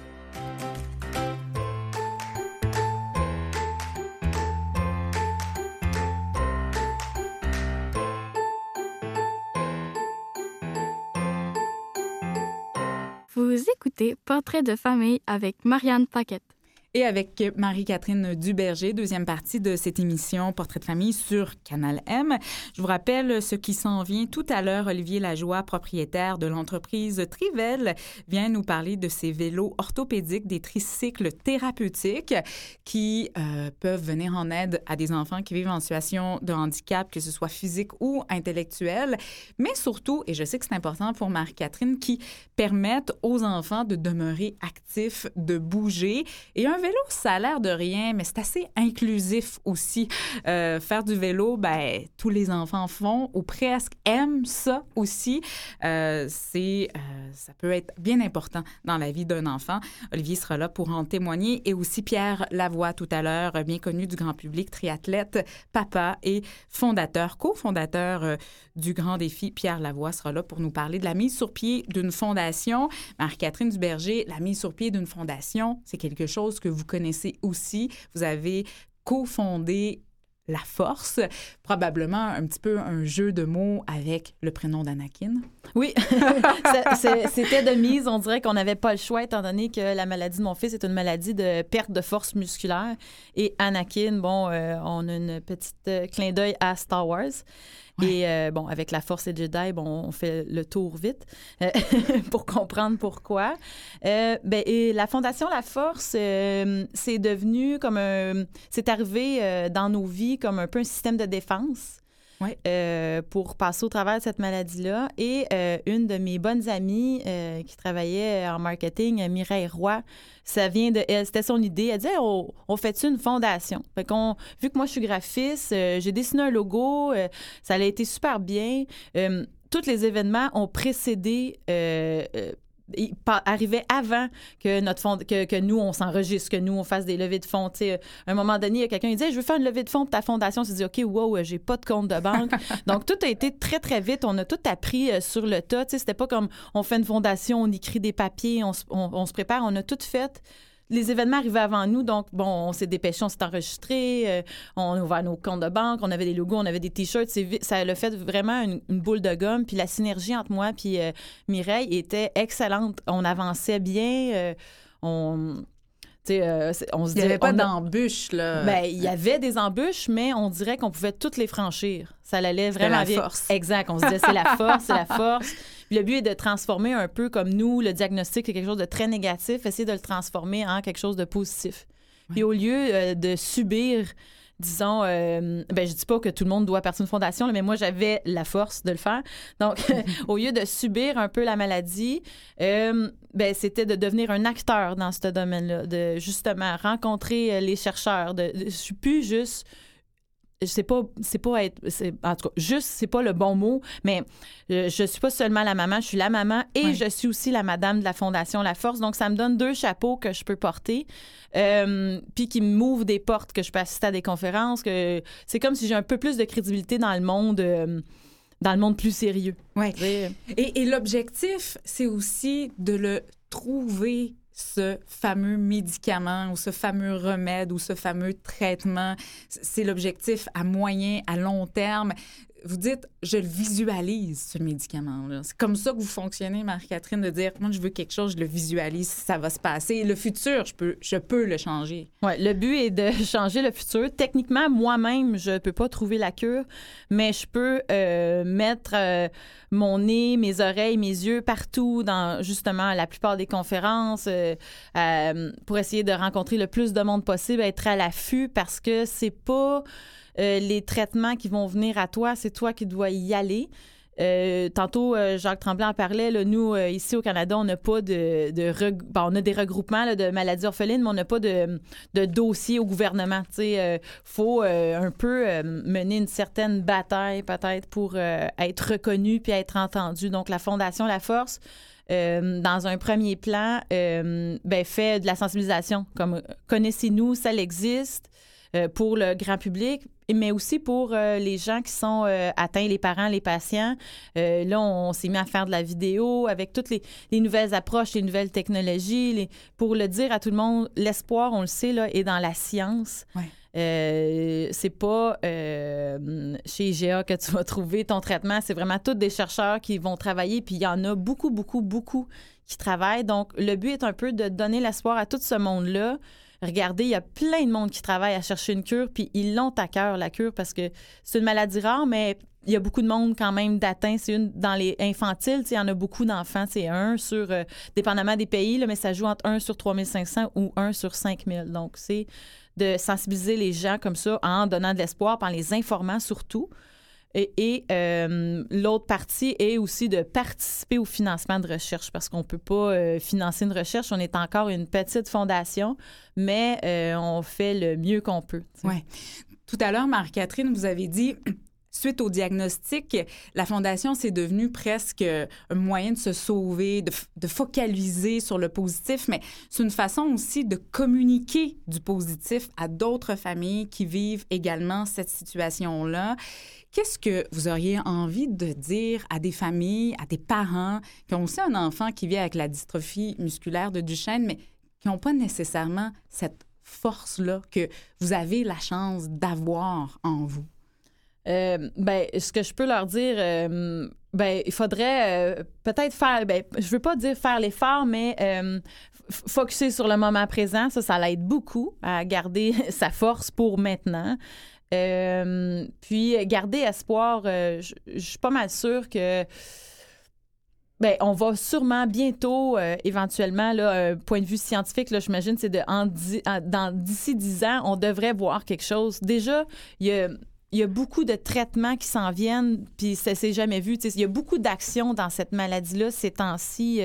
Vous écoutez Portrait de famille avec Marianne Paquette. Et avec Marie-Catherine Duberger, deuxième partie de cette émission Portrait de famille sur Canal M. Je vous rappelle ce qui s'en vient tout à l'heure. Olivier Lajoie, propriétaire de l'entreprise Trivel, vient nous parler de ces vélos orthopédiques, des tricycles thérapeutiques qui peuvent venir en aide à des enfants qui vivent en situation de handicap, que ce soit physique ou intellectuel, mais surtout, et je sais que c'est important pour Marie-Catherine, qui permettent aux enfants de demeurer actifs, de bouger. Et un vélo, ça a l'air de rien, mais c'est assez inclusif aussi. Faire du vélo, tous les enfants font ou presque aiment ça aussi. Ça peut être bien important dans la vie d'un enfant. Olivier sera là pour en témoigner et aussi Pierre Lavoie tout à l'heure, bien connu du grand public, triathlète, papa et cofondateur du Grand Défi. Pierre Lavoie sera là pour nous parler de la mise sur pied d'une fondation. Marie-Catherine Duberger, la mise sur pied d'une fondation, c'est quelque chose que vous connaissez aussi. Vous avez cofondé la force, probablement un petit peu un jeu de mots avec le prénom d'Anakin. Oui, c'était de mise. On dirait qu'on n'avait pas le choix, étant donné que la maladie de mon fils est une maladie de perte de force musculaire. Et Anakin, bon, on a une petite clin d'œil à Star Wars. Ouais. Et bon, avec la Force et Jedi, bon, on fait le tour vite pour comprendre pourquoi. Et la Fondation La Force, c'est devenu comme c'est arrivé dans nos vies comme un peu un système de défense. Ouais. Pour passer au travers de cette maladie-là. Et une de mes bonnes amies qui travaillait en marketing, Mireille Roy, ça vient de elle, c'était son idée. Elle disait, on fait-tu une fondation? Fait qu'on, vu que moi, je suis graphiste, j'ai dessiné un logo, ça a été super bien. Tous les événements ont précédé... il arrivait avant que que nous, on s'enregistre, que nous, on fasse des levées de fonds. T'sais, à un moment donné, il y a quelqu'un qui disait « Je veux faire une levée de fonds pour ta fondation. » On s'est dit « OK, wow, j'ai pas de compte de banque. » Donc, tout a été très, très vite. On a tout appris sur le tas. T'sais, c'était pas comme on fait une fondation, on écrit des papiers, on se prépare. On a tout fait. Les événements arrivaient avant nous, donc, bon, on s'est dépêché, on s'est enregistré, on a ouvert nos comptes de banque, on avait des logos, on avait des T-shirts. Ça a fait vraiment une boule de gomme. Puis la synergie entre moi et Mireille était excellente. On avançait bien. On se il n'y avait pas d'embûches, là. Bien, il y avait des embûches, mais on dirait qu'on pouvait toutes les franchir. Ça allait vraiment bien. Force. Exact. On se disait, c'est la force, c'est la force. Puis le but est de transformer un peu comme nous, le diagnostic, c'est quelque chose de très négatif, essayer de le transformer en quelque chose de positif. Oui. Puis au lieu de subir, disons, je dis pas que tout le monde doit partir d'une fondation, là, mais moi, j'avais la force de le faire. Donc, au lieu de subir un peu la maladie, c'était de devenir un acteur dans ce domaine-là, de justement rencontrer les chercheurs. Je suis plus juste... c'est pas être... en tout cas, juste, c'est pas le bon mot, mais je suis pas seulement la maman, je suis la maman et je suis aussi la madame de la Fondation La Force. Donc, ça me donne 2 chapeaux que je peux porter, puis qui m'ouvrent des portes, que je peux assister à des conférences, que c'est comme si j'ai un peu plus de crédibilité dans le monde plus sérieux. Oui. Et l'objectif, c'est aussi de le trouver, ce fameux médicament ou ce fameux remède ou ce fameux traitement. C'est l'objectif à moyen, à long terme. Vous dites, je le visualise, ce médicament-là. C'est comme ça que vous fonctionnez, Marie-Catherine, de dire, moi, je veux quelque chose, je le visualise, ça va se passer. Et le futur, je peux le changer. Oui, le but est de changer le futur. Techniquement, moi-même, je ne peux pas trouver la cure, mais je peux mettre mon nez, mes oreilles, mes yeux partout dans, justement, la plupart des conférences pour essayer de rencontrer le plus de monde possible, être à l'affût parce que c'est pas... les traitements qui vont venir à toi, c'est toi qui dois y aller. Tantôt, Jacques Tremblay en parlait. Là, nous, ici au Canada, on n'a pas on a des regroupements là, de maladies orphelines, mais on n'a pas de dossier au gouvernement. Il faut un peu mener une certaine bataille, peut-être, pour être reconnu puis être entendu. Donc, la Fondation La Force, dans un premier plan, fait de la sensibilisation. Comme connaissez-nous, ça existe. Pour le grand public, mais aussi pour les gens qui sont atteints, les parents, les patients. Là, on s'est mis à faire de la vidéo avec toutes les nouvelles approches, les nouvelles technologies. Pour le dire à tout le monde, l'espoir, on le sait, là, est dans la science. Ouais. C'est pas chez IGA que tu vas trouver ton traitement. C'est vraiment tous des chercheurs qui vont travailler, puis il y en a beaucoup, beaucoup, beaucoup qui travaillent. Donc, le but est un peu de donner l'espoir à tout ce monde-là. Regardez, il y a plein de monde qui travaille à chercher une cure, puis ils l'ont à cœur, la cure, parce que c'est une maladie rare, mais il y a beaucoup de monde quand même d'atteint. C'est une dans les infantiles, il y en a beaucoup d'enfants. C'est 1 sur, dépendamment des pays, là, mais ça joue entre 1 sur 3500 ou 1 sur 5000. Donc, c'est de sensibiliser les gens comme ça en donnant de l'espoir, en les informant surtout. Et l'autre partie est aussi de participer au financement de recherche parce qu'on ne peut pas financer une recherche. On est encore une petite fondation, mais on fait le mieux qu'on peut. Oui. Tout à l'heure, Marie-Catherine, vous avez dit... Suite au diagnostic, la Fondation, c'est devenu presque un moyen de se sauver, de focaliser sur le positif, mais c'est une façon aussi de communiquer du positif à d'autres familles qui vivent également cette situation-là. Qu'est-ce que vous auriez envie de dire à des familles, à des parents qui ont aussi un enfant qui vit avec la dystrophie musculaire de Duchenne, mais qui n'ont pas nécessairement cette force-là que vous avez la chance d'avoir en vous? Ce que je peux leur dire, il faudrait peut-être faire, je veux pas dire faire l'effort, mais focusser sur le moment présent, ça l'aide beaucoup à garder sa force pour maintenant. Puis garder espoir, je suis pas mal sûre que on va sûrement bientôt, éventuellement, là, un point de vue scientifique, là, j'imagine, c'est d'ici 10 ans, on devrait voir quelque chose. Déjà, il y a beaucoup de traitements qui s'en viennent, puis ça s'est jamais vu. Il y a beaucoup d'actions dans cette maladie-là ces temps-ci.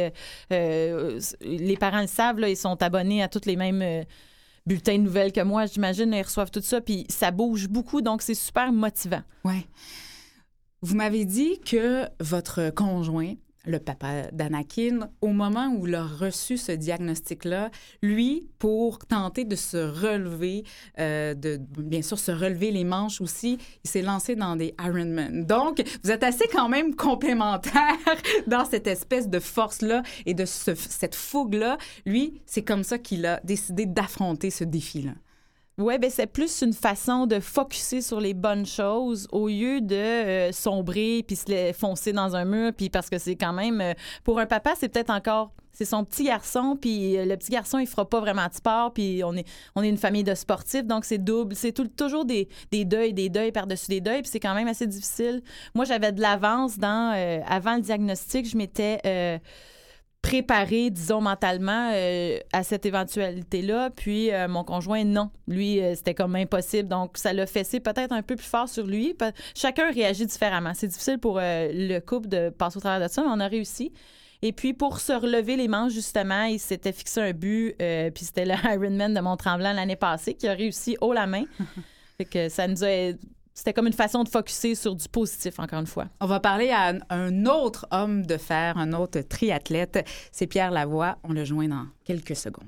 Les parents le savent, là, ils sont abonnés à tous les mêmes bulletins de nouvelles que moi, j'imagine. Ils reçoivent tout ça, puis ça bouge beaucoup, donc c'est super motivant. Oui. Vous m'avez dit que votre conjoint, le papa d'Anakin, au moment où il a reçu ce diagnostic-là, lui, pour tenter de se relever, bien sûr se relever les manches aussi, il s'est lancé dans des Ironman. Donc, vous êtes assez quand même complémentaires dans cette espèce de force-là et de cette fougue-là. Lui, c'est comme ça qu'il a décidé d'affronter ce défi-là. Oui, c'est plus une façon de focusser sur les bonnes choses au lieu de sombrer puis se foncer dans un mur. Puis parce que c'est quand même, pour un papa, c'est peut-être encore, c'est son petit garçon, puis le petit garçon, il fera pas vraiment de sport, puis on est une famille de sportifs, donc c'est double. C'est toujours des deuils par-dessus des deuils, puis c'est quand même assez difficile. Moi, j'avais de l'avance avant le diagnostic, je m'étais préparé, disons, mentalement à cette éventualité-là. Puis mon conjoint, non. Lui, c'était comme impossible. Donc, ça l'a fessé peut-être un peu plus fort sur lui. Chacun réagit différemment. C'est difficile pour le couple de passer au travers de ça, mais on a réussi. Et puis, pour se relever les manches, justement, il s'était fixé un but. Puis c'était le Ironman de Mont-Tremblant l'année passée qui a réussi haut la main. Fait que ça nous a... C'était comme une façon de focusser sur du positif, encore une fois. On va parler à un autre homme de fer, un autre triathlète. C'est Pierre Lavoie. On le joint dans quelques secondes.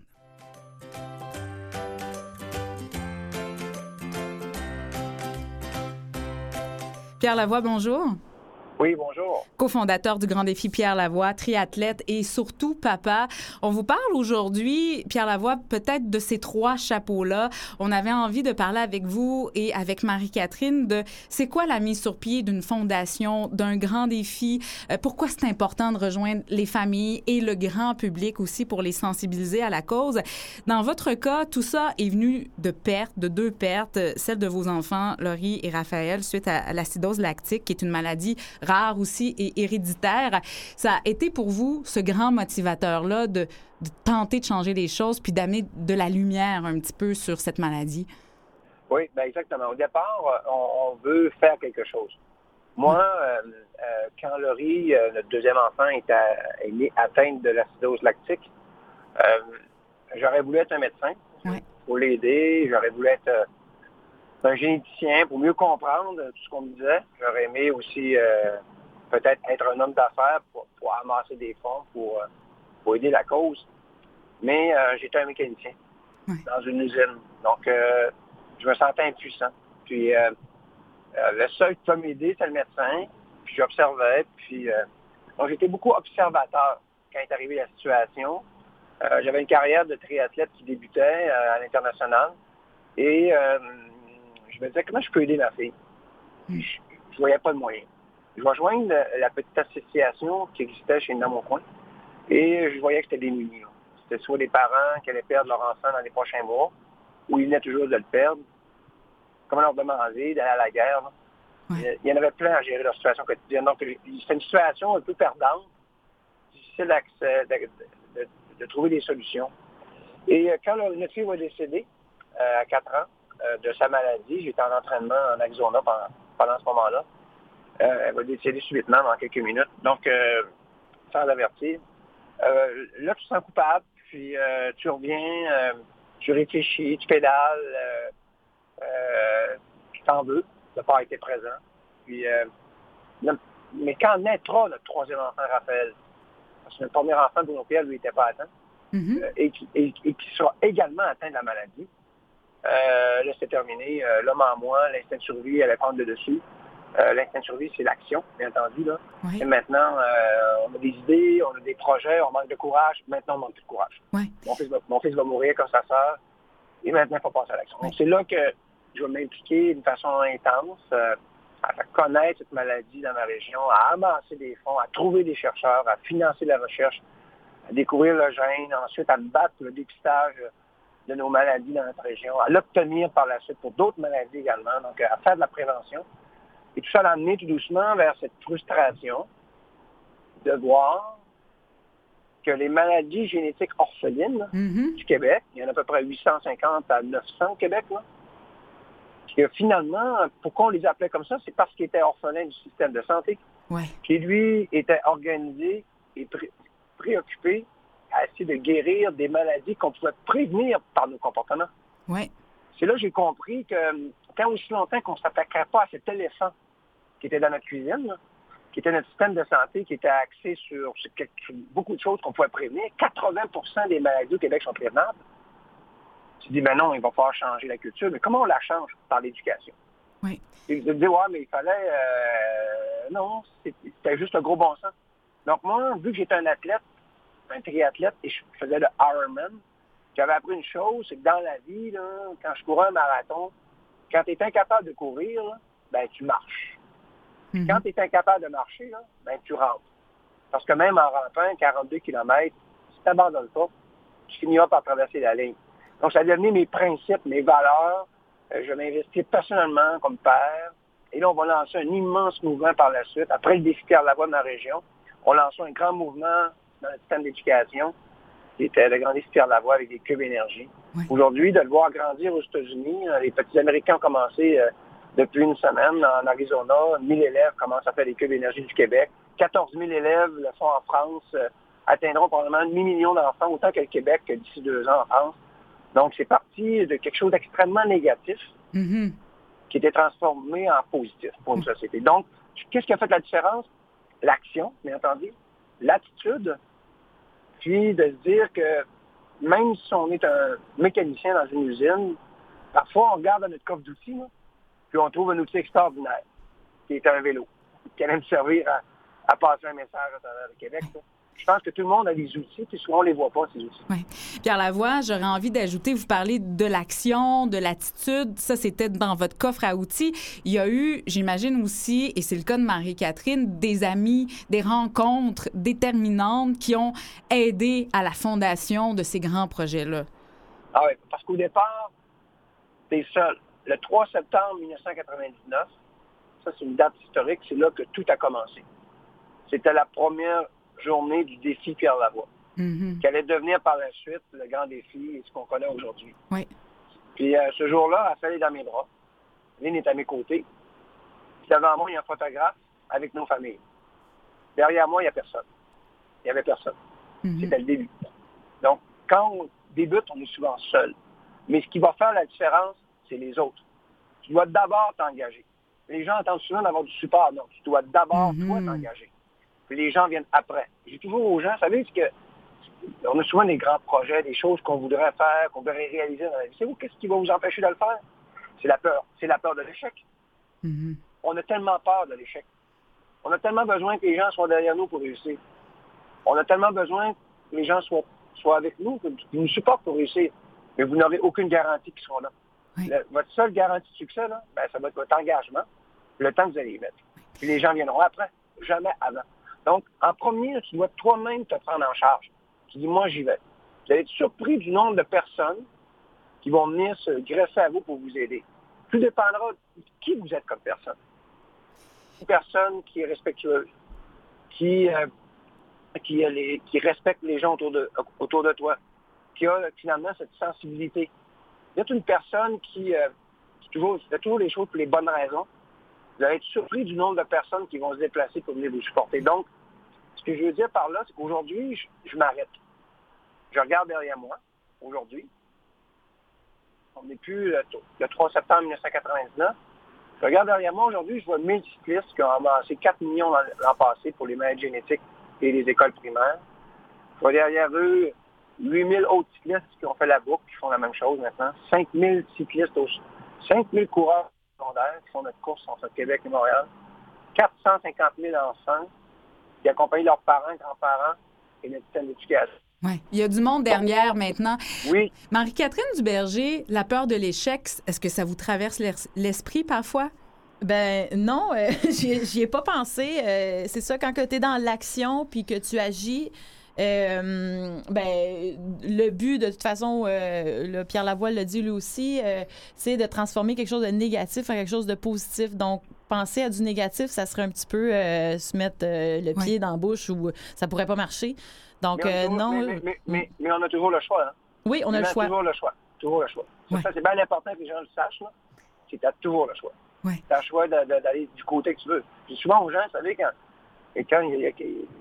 Pierre Lavoie, bonjour. Oui, bonjour. Cofondateur du Grand Défi Pierre Lavoie, triathlète et surtout papa. On vous parle aujourd'hui, Pierre Lavoie, peut-être de ces 3 chapeaux-là. On avait envie de parler avec vous et avec Marie-Catherine de c'est quoi la mise sur pied d'une fondation, d'un grand défi, pourquoi c'est important de rejoindre les familles et le grand public aussi pour les sensibiliser à la cause. Dans votre cas, tout ça est venu de pertes, de 2 pertes, celle de vos enfants, Laurie et Raphaël, suite à l'acidose lactique, qui est une maladie rare aussi et héréditaire. Ça a été pour vous ce grand motivateur-là de tenter de changer les choses puis d'amener de la lumière un petit peu sur cette maladie? Oui, exactement. Au départ, on veut faire quelque chose. Moi, quand Laurie, notre deuxième enfant, est née atteinte de l'acidose lactique, j'aurais voulu être un médecin pour l'aider. J'aurais voulu être un généticien pour mieux comprendre tout ce qu'on me disait. J'aurais aimé aussi peut-être être un homme d'affaires pour amasser des fonds pour aider la cause. Mais j'étais un mécanicien dans une usine. Donc, je me sentais impuissant. Puis, le seul qui peut m'aider, c'était le médecin. Puis, j'observais. Puis, donc, j'étais beaucoup observateur quand est arrivée la situation. J'avais une carrière de triathlète qui débutait à l'international. Et je me disais, comment je peux aider ma fille? Je ne voyais pas de moyen. Je vais joindre la petite association qui existait chez nous dans mon coin. Et je voyais que c'était démuni. C'était soit des parents qui allaient perdre leur enfant dans les prochains mois, ou ils venaient toujours de le perdre. Comment leur demander d'aller à la guerre? Il y en avait plein à gérer leur situation quotidienne. Donc, c'était une situation un peu perdante, difficile de trouver des solutions. Et quand notre fille va décéder, à 4 ans, de sa maladie, j'étais en entraînement en Arizona pendant ce moment-là. Elle va décéder subitement dans quelques minutes. Donc, sans avertir. Là, tu te sens coupable, puis tu reviens, tu réfléchis, tu pédales, tu t'en veux de ne pas être présent. Puis, mais quand naîtra notre 3e enfant, Raphaël, parce que le premier enfant de nos pères, lui, n'était pas atteint, et qui sera également atteint de la maladie, là, c'est terminé. L'homme en moi, l'instinct de survie allait prendre le dessus. L'instinct de survie, c'est l'action, bien entendu. Là. Et maintenant, on a des idées, on a des projets, on manque de courage. Maintenant, on manque de courage. Mon fils va mourir comme sa sœur. Et maintenant, il faut passer à l'action. Donc, c'est là que je vais m'impliquer d'une façon intense à faire connaître cette maladie dans ma région, à amasser des fonds, à trouver des chercheurs, à financer la recherche, à découvrir le gène, ensuite à battre le dépistage de nos maladies dans notre région, à l'obtenir par la suite pour d'autres maladies également, donc à faire de la prévention. Et tout ça l'amener tout doucement vers cette frustration de voir que les maladies génétiques orphelines du Québec, il y en a à peu près 850 à 900 au Québec, là, que finalement, pourquoi on les appelait comme ça, c'est parce qu'ils étaient orphelins du système de santé, qui lui était organisé et préoccupé à essayer de guérir des maladies qu'on pouvait prévenir par nos comportements. Ouais. C'est là que j'ai compris que tant aussi longtemps qu'on ne s'attaquerait pas à cet éléphant qui était dans notre cuisine, là, qui était notre système de santé, qui était axé sur beaucoup de choses qu'on pouvait prévenir, 80% des maladies au Québec sont prévenables. Tu dis, mais non, il va falloir changer la culture. Mais comment on la change? Par l'éducation. Oui. Et je me dis, ouais, mais il fallait... non, c'était juste le gros bon sens. Donc moi, vu que j'étais un athlète, un triathlète, et je faisais le Ironman, j'avais appris une chose, c'est que dans la vie, là, quand je courais un marathon, quand tu es incapable de courir, là, ben tu marches. Quand tu es incapable de marcher, là, ben tu rentres. Parce que même en rampant 42 km, si tu n'abandonnes pas, tu finiras par traverser la ligne. Donc, ça a devenu mes principes, mes valeurs. Je vais m'investir personnellement comme père. Et là, on va lancer un immense mouvement par la suite. Après le défi Pierre-Lavoie de ma région, on lance un grand mouvement dans le système d'éducation, qui était le grand défi Pierre-Lavoie avec des cubes énergie. Oui. Aujourd'hui, de le voir grandir aux États-Unis, les petits Américains ont commencé depuis une semaine en Arizona. 1000 élèves commencent à faire des cubes énergie du Québec. 14 000 élèves le font en France, atteindront probablement 1/2 d'enfants, autant que le Québec que d'ici 2 ans en France. Donc, c'est parti de quelque chose d'extrêmement négatif qui était transformé en positif pour une société. Donc, qu'est-ce qui a fait la différence? L'action, bien entendu, l'attitude, puis de se dire que même si on est un mécanicien dans une usine, parfois on regarde dans notre coffre d'outils, là, puis on trouve un outil extraordinaire, qui est un vélo, qui allait me servir à passer un message à travers le Québec. Là. Je pense que tout le monde a des outils, puis souvent on ne les voit pas, ces outils. Oui. Pierre Lavoie, j'aurais envie d'ajouter, vous parlez de l'action, de l'attitude, ça c'était dans votre coffre à outils. Il y a eu, j'imagine aussi, et c'est le cas de Marie-Catherine, des amis, des rencontres déterminantes qui ont aidé à la fondation de ces grands projets-là. Ah oui, parce qu'au départ, t'es seul. Le 3 septembre 1999, ça c'est une date historique, c'est là que tout a commencé. C'était la première journée du défi Pierre-Lavoie, qui allait devenir par la suite le grand défi et ce qu'on connaît aujourd'hui. Oui. Puis ce jour-là, elle est dans mes bras. Lynn est à mes côtés. Puis devant moi, il y a un photographe avec nos familles. Derrière moi, il n'y a personne. Il n'y avait personne. C'était le début. Donc, quand on débute, on est souvent seul. Mais ce qui va faire la différence, c'est les autres. Tu dois d'abord t'engager. Les gens entendent souvent d'avoir du support. Non, tu dois d'abord, toi, t'engager. Puis les gens viennent après. J'ai toujours aux gens, vous savez, on a souvent des grands projets, des choses qu'on voudrait faire, qu'on voudrait réaliser dans la vie. Savez-vous qu'est-ce qui va vous empêcher de le faire? C'est la peur. C'est la peur de l'échec. On a tellement peur de l'échec. On a tellement besoin que les gens soient derrière nous pour réussir. On a tellement besoin que les gens soient avec nous, qu'ils nous supportent pour réussir. Mais vous n'aurez aucune garantie qu'ils seront là. Oui. Votre seule garantie de succès, là, ça va être votre engagement, le temps que vous allez y mettre. Puis les gens viendront après, jamais avant. Donc, en premier, tu dois toi-même te prendre en charge. Tu dis, moi, j'y vais. Vous allez être surpris du nombre de personnes qui vont venir se greffer à vous pour vous aider. Tout dépendra de qui vous êtes comme personne. Une personne qui est respectueuse, qui respecte les gens autour de toi, qui a finalement cette sensibilité. Vous êtes une personne qui fait toujours les choses pour les bonnes raisons. Vous allez être surpris du nombre de personnes qui vont se déplacer pour venir vous supporter. Donc, ce que je veux dire par là, c'est qu'aujourd'hui, je m'arrête. Je regarde derrière moi, aujourd'hui. On n'est plus le 3 septembre 1999. Je regarde derrière moi, aujourd'hui, je vois 1000 cyclistes qui ont amassé 4 millions l'an passé pour les maladies génétiques et les écoles primaires. Je vois derrière eux 8000 autres cyclistes qui ont fait la boucle, qui font la même chose maintenant. 5000 cyclistes, 5000 coureurs secondaires qui font notre course entre Québec et Montréal. 450 000 enfants qui accompagnent leurs parents, grands-parents et notre système d'éducation. Oui, il y a du monde derrière maintenant. Oui. Marie-Catherine Duberger, la peur de l'échec, est-ce que ça vous traverse l'esprit parfois? Ben non, j'y ai pas pensé. C'est ça, quand tu es dans l'action puis que tu agis, le but, de toute façon, Pierre Lavoie l'a dit lui aussi, c'est de transformer quelque chose de négatif en quelque chose de positif. Donc, penser à du négatif, ça serait un petit peu se mettre le pied dans la bouche ou ça pourrait pas marcher. Donc, non. Mais on a toujours le choix. Hein? Oui, on a le choix. Toujours le choix. Toujours le choix. Ça, c'est bien important que les gens le sachent. Là. C'est que tu as toujours le choix. Ouais. Tu as le choix d'aller du côté que tu veux. Puis souvent, aux gens, vous savez, quand il y a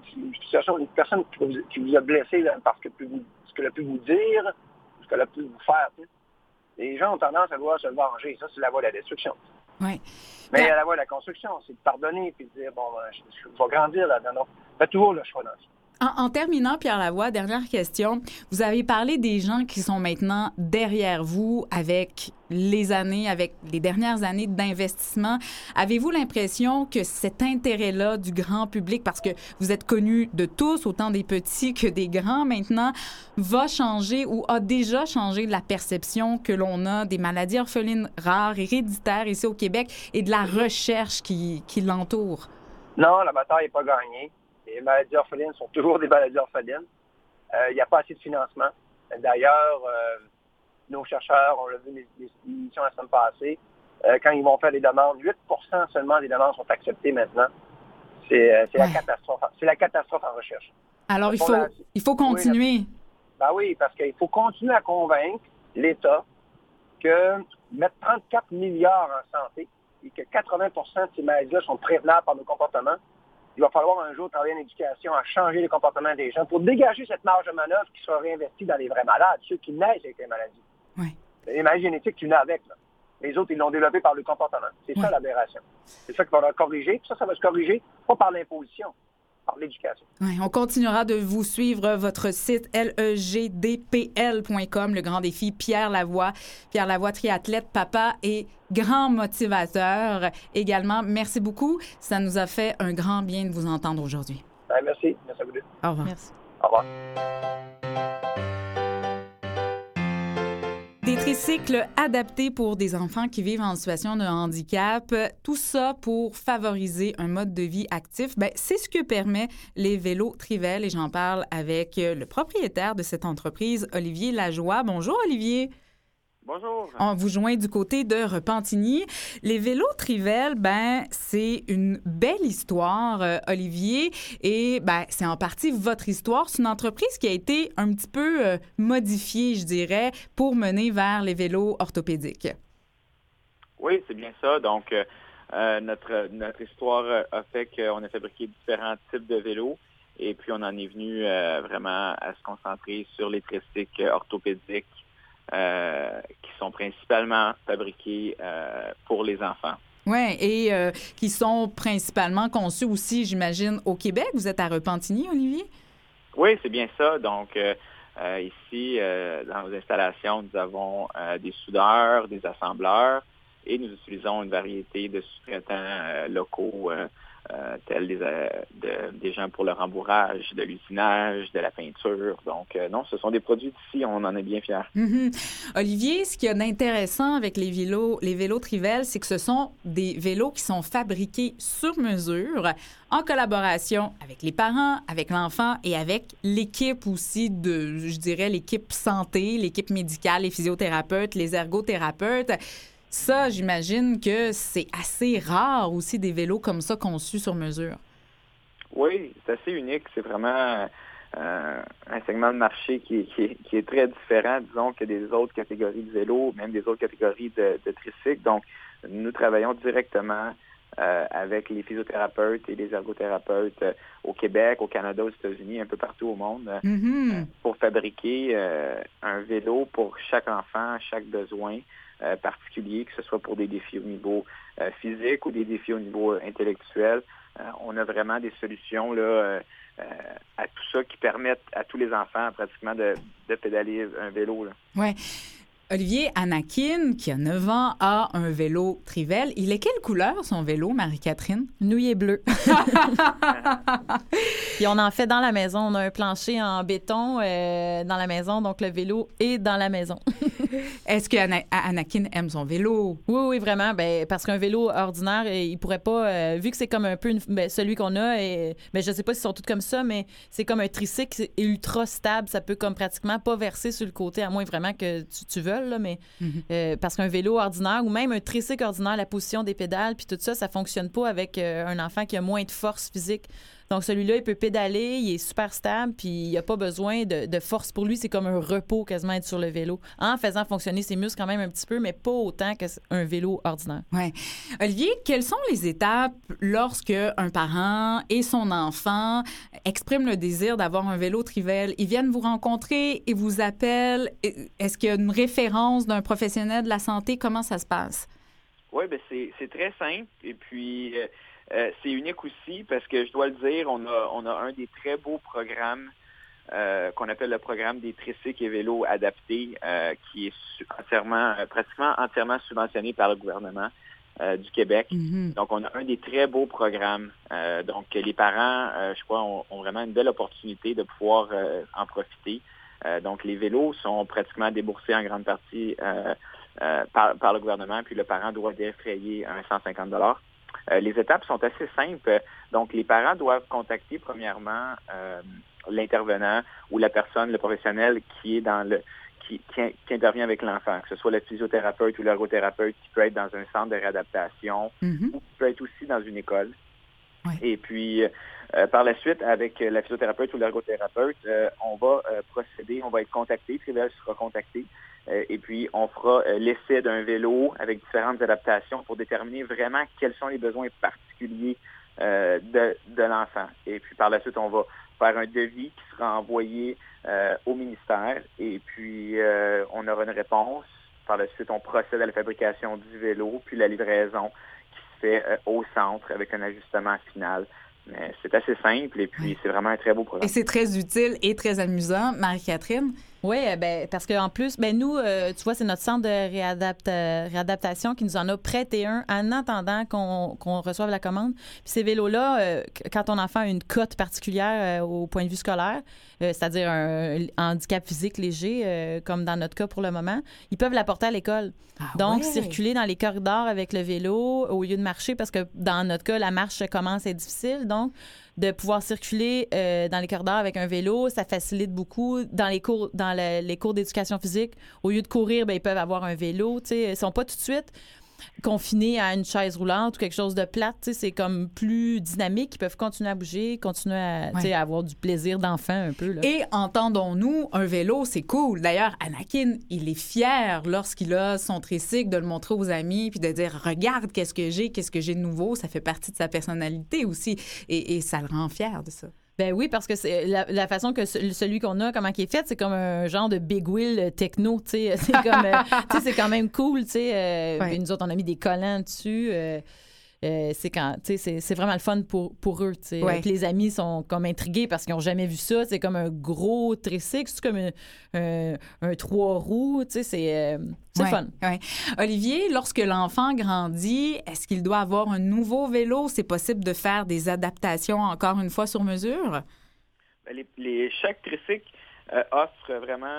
une personne qui vous a blessé là, parce que ce qu'elle a pu vous dire, ce qu'elle a pu vous faire, tu sais, les gens ont tendance à vouloir se venger. Ça, c'est la voie de la destruction. Oui. Mais il y a la voie de la construction. C'est de pardonner puis de dire, bon, je vais grandir là-dedans. Tu as toujours le choix dans ça. En terminant, Pierre Lavoie, dernière question. Vous avez parlé des gens qui sont maintenant derrière vous avec les dernières années d'investissement. Avez-vous l'impression que cet intérêt-là du grand public, parce que vous êtes connus de tous, autant des petits que des grands maintenant, va changer ou a déjà changé la perception que l'on a des maladies orphelines rares, héréditaires ici au Québec et de la recherche qui l'entoure? Non, la bataille n'est pas gagnée. Les maladies orphelines sont toujours des maladies orphelines. Il n'y a pas assez de financement. D'ailleurs, nos chercheurs, on l'a vu les émissions la semaine passée, quand ils vont faire des demandes, 8% seulement des demandes sont acceptées maintenant. C'est la catastrophe. C'est la catastrophe en recherche. Alors, il faut continuer. Oui, parce qu'il faut continuer à convaincre l'État que mettre 34 milliards en santé et que 80% de ces maladies-là sont prévenables par nos comportements, il va falloir un jour travailler en éducation à changer les comportements des gens pour dégager cette marge de manœuvre qui sera réinvestie dans les vrais malades, ceux qui naissent avec les maladies. Oui. Les maladies génétiques, tu nais avec. Là. Les autres, ils l'ont développé par le comportement. C'est ça l'aberration. C'est ça qu'il va falloir corriger. Puis ça va se corriger pas par l'imposition, par l'éducation. Oui, on continuera de vous suivre. Votre site legdpl.com, le grand défi Pierre Lavoie. Pierre Lavoie, triathlète, papa et grand motivateur également. Merci beaucoup. Ça nous a fait un grand bien de vous entendre aujourd'hui. Merci. Merci à vous deux. Au revoir. Merci. Au revoir. Des tricycles adaptés pour des enfants qui vivent en situation de handicap, tout ça pour favoriser un mode de vie actif. C'est ce que permet les vélos Trivelle et j'en parle avec le propriétaire de cette entreprise, Olivier Lajoie. Bonjour Olivier. Bonjour. On vous joint du côté de Repentigny. Les vélos Trivelle, c'est une belle histoire, Olivier, et c'est en partie votre histoire. C'est une entreprise qui a été un petit peu modifiée, je dirais, pour mener vers les vélos orthopédiques. Oui, c'est bien ça. Donc, notre histoire a fait qu'on a fabriqué différents types de vélos et puis on en est venu vraiment à se concentrer sur les tricycles orthopédiques qui sont principalement fabriqués pour les enfants. Oui, et qui sont principalement conçus aussi, j'imagine, au Québec. Vous êtes à Repentigny, Olivier? Oui, c'est bien ça. Donc, ici, dans nos installations, nous avons des soudeurs, des assembleurs et nous utilisons une variété de sous-traitants locaux tels des gens pour le rembourrage, de l'usinage, de la peinture. Donc, non, ce sont des produits d'ici, on en est bien fiers. Mm-hmm. Olivier, ce qu'il y a d'intéressant avec les vélos Trivelle, c'est que ce sont des vélos qui sont fabriqués sur mesure, en collaboration avec les parents, avec l'enfant et avec l'équipe aussi je dirais, l'équipe santé, l'équipe médicale, les physiothérapeutes, les ergothérapeutes. Ça, j'imagine que c'est assez rare aussi des vélos comme ça conçus sur mesure. Oui, c'est assez unique. C'est vraiment un segment de marché qui est très différent, disons, que des autres catégories de vélos, même des autres catégories de tricycles. Donc, nous travaillons directement avec les physiothérapeutes et les ergothérapeutes au Québec, au Canada, aux États-Unis, un peu partout au monde, pour fabriquer un vélo pour chaque enfant, chaque besoin particulier, que ce soit pour des défis au niveau physique ou des défis au niveau intellectuel. On a vraiment des solutions là, à tout ça qui permettent à tous les enfants pratiquement de pédaler un vélo. Oui. Olivier, Anakin, qui a 9 ans, a un vélo Trivelle. Il est quelle couleur, son vélo, Marie-Catherine? Nouillet bleu. Puis on en fait dans la maison. On a un plancher en béton dans la maison, donc le vélo est dans la maison. Est-ce que Anakin aime son vélo? Oui, vraiment. Ben, parce qu'un vélo ordinaire, il pourrait pas, vu que c'est comme un peu celui qu'on a, je sais pas s'ils sont tous comme ça, mais c'est comme un tricycle, c'est ultra stable. Ça peut comme pratiquement pas verser sur le côté, à moins vraiment que tu veuilles. Là, mais parce qu'un vélo ordinaire ou même un tricycle ordinaire, la position des pédales puis tout ça, ça fonctionne pas avec un enfant qui a moins de force physique. Donc celui-là, il peut pédaler, il est super stable puis il n'y a pas besoin de force. Pour lui, c'est comme un repos quasiment être sur le vélo en faisant fonctionner ses muscles quand même un petit peu, mais pas autant qu'un vélo ordinaire. Ouais. Olivier, quelles sont les étapes lorsque un parent et son enfant expriment le désir d'avoir un vélo Trivelle? Ils viennent vous rencontrer et vous appellent. Est-ce qu'il y a une référence d'un professionnel de la santé? Comment ça se passe? Oui, bien, c'est très simple. Et puis, c'est unique aussi parce que, je dois le dire, on a un des très beaux programmes qu'on appelle le programme des tricycles et vélos adaptés qui est pratiquement entièrement subventionné par le gouvernement du Québec. Mm-hmm. Donc, on a un des très beaux programmes. Donc, les parents, je crois, ont vraiment une belle opportunité de pouvoir en profiter. Donc, les vélos sont pratiquement déboursés en grande partie par le gouvernement, puis le parent doit défrayer un 150 $. Les étapes sont assez simples. Donc, les parents doivent contacter premièrement l'intervenant ou la personne, le professionnel qui est qui intervient avec l'enfant, que ce soit le physiothérapeute ou l'ergothérapeute qui peut être dans un centre de réadaptation ou qui peut être aussi dans une école. Oui. Et puis, par la suite, avec la physiothérapeute ou l'ergothérapeute, on va procéder, on va être contacté, Trivelle sera contacté, et puis on fera l'essai d'un vélo avec différentes adaptations pour déterminer vraiment quels sont les besoins particuliers de l'enfant. Et puis, par la suite, on va faire un devis qui sera envoyé au ministère, et puis on aura une réponse. Par la suite, on procède à la fabrication du vélo, puis la livraison qui se fait au centre avec un ajustement final. Mais c'est assez simple et puis c'est vraiment un très beau programme. Et c'est très utile et très amusant. Marie-Catherine? Oui, parce qu'en plus, nous, tu vois, c'est notre centre de réadaptation qui nous en a prêté un en attendant qu'on reçoive la commande. Puis ces vélos-là, quand ton enfant a une cote particulière au point de vue scolaire, c'est-à-dire un handicap physique léger, comme dans notre cas pour le moment, ils peuvent l'apporter à l'école. Donc, circuler dans les corridors avec le vélo au lieu de marcher, parce que dans notre cas, la marche commence à être difficile. Donc, de pouvoir circuler dans les corridors avec un vélo, ça facilite beaucoup. Dans les cours d'éducation physique, au lieu de courir, ils peuvent avoir un vélo. Ils ne sont pas tout de suite confinés à une chaise roulante ou quelque chose de plate. C'est comme plus dynamique. Ils peuvent continuer à bouger, continuer à avoir du plaisir d'enfant un peu. Là. Et entendons-nous, un vélo, c'est cool. D'ailleurs, Anakin, il est fier lorsqu'il a son tricycle de le montrer aux amis puis de dire « Regarde, qu'est-ce que j'ai de nouveau. » Ça fait partie de sa personnalité aussi. Et ça le rend fier de ça. Ben oui, parce que c'est la façon que celui qu'on a, comment il est fait, c'est comme un genre de big wheel techno, tu sais. C'est comme, c'est quand même cool, tu sais. Nous autres, on a mis des collants dessus. C'est vraiment le fun pour eux, tu sais. Les amis sont comme intrigués parce qu'ils n'ont jamais vu ça. C'est comme un gros tricycle, c'est comme un 3 roues, tu sais. C'est fun. Ouais. Olivier, lorsque l'enfant grandit, est-ce qu'il doit avoir un nouveau vélo? C'est possible de faire des adaptations encore une fois sur mesure? Chaque tricycle offre vraiment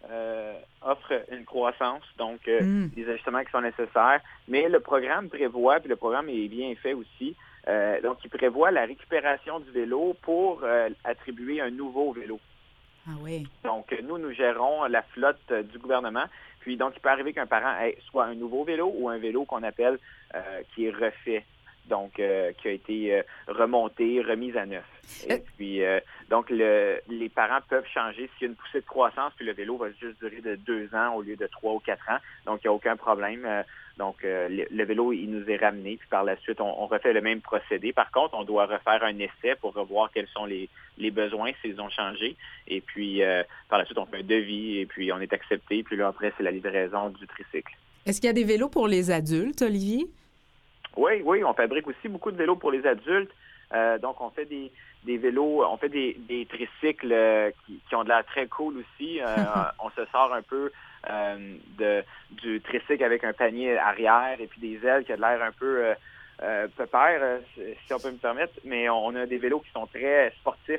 une croissance, donc des ajustements qui sont nécessaires. Mais le programme prévoit, puis le programme est bien fait aussi, donc il prévoit la récupération du vélo pour attribuer un nouveau vélo. Ah oui. Donc, nous gérons la flotte du gouvernement. Puis, donc, il peut arriver qu'un parent ait soit un nouveau vélo ou un vélo qu'on appelle qui est refait. Donc, qui a été remonté, remis à neuf. Et puis, donc, les parents peuvent changer s'il y a une poussée de croissance, puis le vélo va juste durer de 2 ans au lieu de 3 ou 4 ans. Donc, il n'y a aucun problème. Donc, le vélo, il nous est ramené, puis par la suite, on refait le même procédé. Par contre, on doit refaire un essai pour revoir quels sont les besoins s'ils ont changé. Et puis, par la suite, on fait un devis, et puis on est accepté. Puis là, après, c'est la livraison du tricycle. Est-ce qu'il y a des vélos pour les adultes, Olivier? Oui, on fabrique aussi beaucoup de vélos pour les adultes. Donc, on fait des des vélos, on fait des tricycles qui ont de l'air très cool aussi. On se sort un peu du tricycle avec un panier arrière et puis des ailes qui a de l'air un peu pépère, si on peut me permettre. Mais on a des vélos qui sont très sportifs,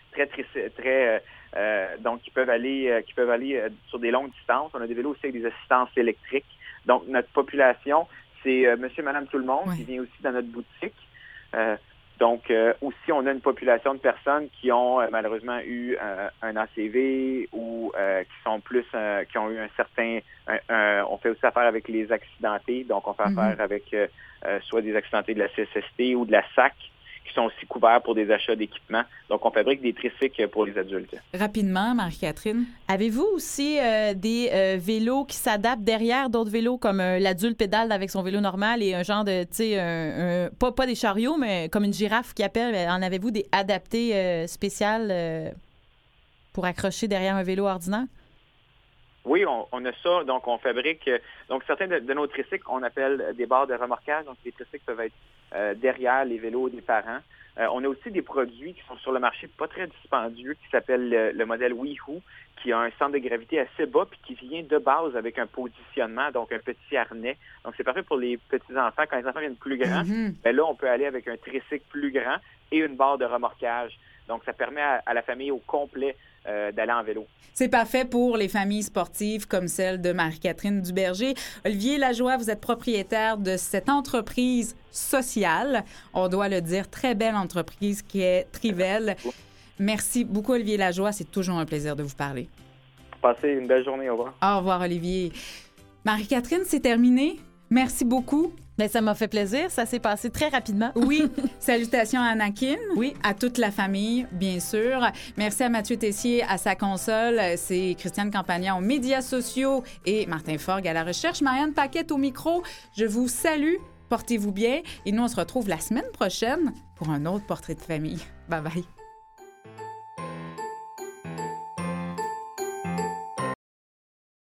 donc qui peuvent aller sur des longues distances. On a des vélos aussi avec des assistances électriques. Donc, notre population, c'est monsieur, madame, tout le monde qui vient aussi dans notre boutique. Donc, aussi, on a une population de personnes qui ont malheureusement eu un ACV ou qui ont eu un certain... on fait aussi affaire avec les accidentés. Donc, on fait affaire avec soit des accidentés de la CSST ou de la SAC, qui sont aussi couverts pour des achats d'équipements. Donc, on fabrique des tricycles pour les adultes. Rapidement, Marie-Catherine. Avez-vous aussi des vélos qui s'adaptent derrière d'autres vélos, comme l'adulte pédale avec son vélo normal et un genre de, tu sais, pas des chariots, mais comme une girafe qui appelle. En avez-vous des adaptés spéciales pour accrocher derrière un vélo ordinaire? Oui, on a ça. Donc, on fabrique... Donc, certains de nos tricycles, on appelle des barres de remorquage. Donc, les tricycles peuvent être derrière les vélos des parents. On a aussi des produits qui sont sur le marché pas très dispendieux, qui s'appelle le modèle Weehoo, qui a un centre de gravité assez bas puis qui vient de base avec un positionnement, donc un petit harnais. Donc, c'est parfait pour les petits-enfants. Quand les enfants viennent plus grands, là, on peut aller avec un tricycle plus grand et une barre de remorquage. Donc, ça permet à la famille au complet d'aller en vélo. C'est parfait pour les familles sportives comme celle de Marie-Catherine Duberger. Olivier Lajoie, vous êtes propriétaire de cette entreprise sociale. On doit le dire, très belle entreprise qui est Trivelle. Merci beaucoup, Olivier Lajoie. C'est toujours un plaisir de vous parler. Passez une belle journée. Au revoir. Au revoir, Olivier. Marie-Catherine, c'est terminé. Merci beaucoup. Bien, ça m'a fait plaisir. Ça s'est passé très rapidement. Oui. Salutations à Anakin. Oui. À toute la famille, bien sûr. Merci à Mathieu Tessier à sa console. C'est Christiane Campagna aux médias sociaux et Martin Forgue à la recherche. Marianne Paquette au micro. Je vous salue. Portez-vous bien. Et nous, on se retrouve la semaine prochaine pour un autre portrait de famille. Bye bye.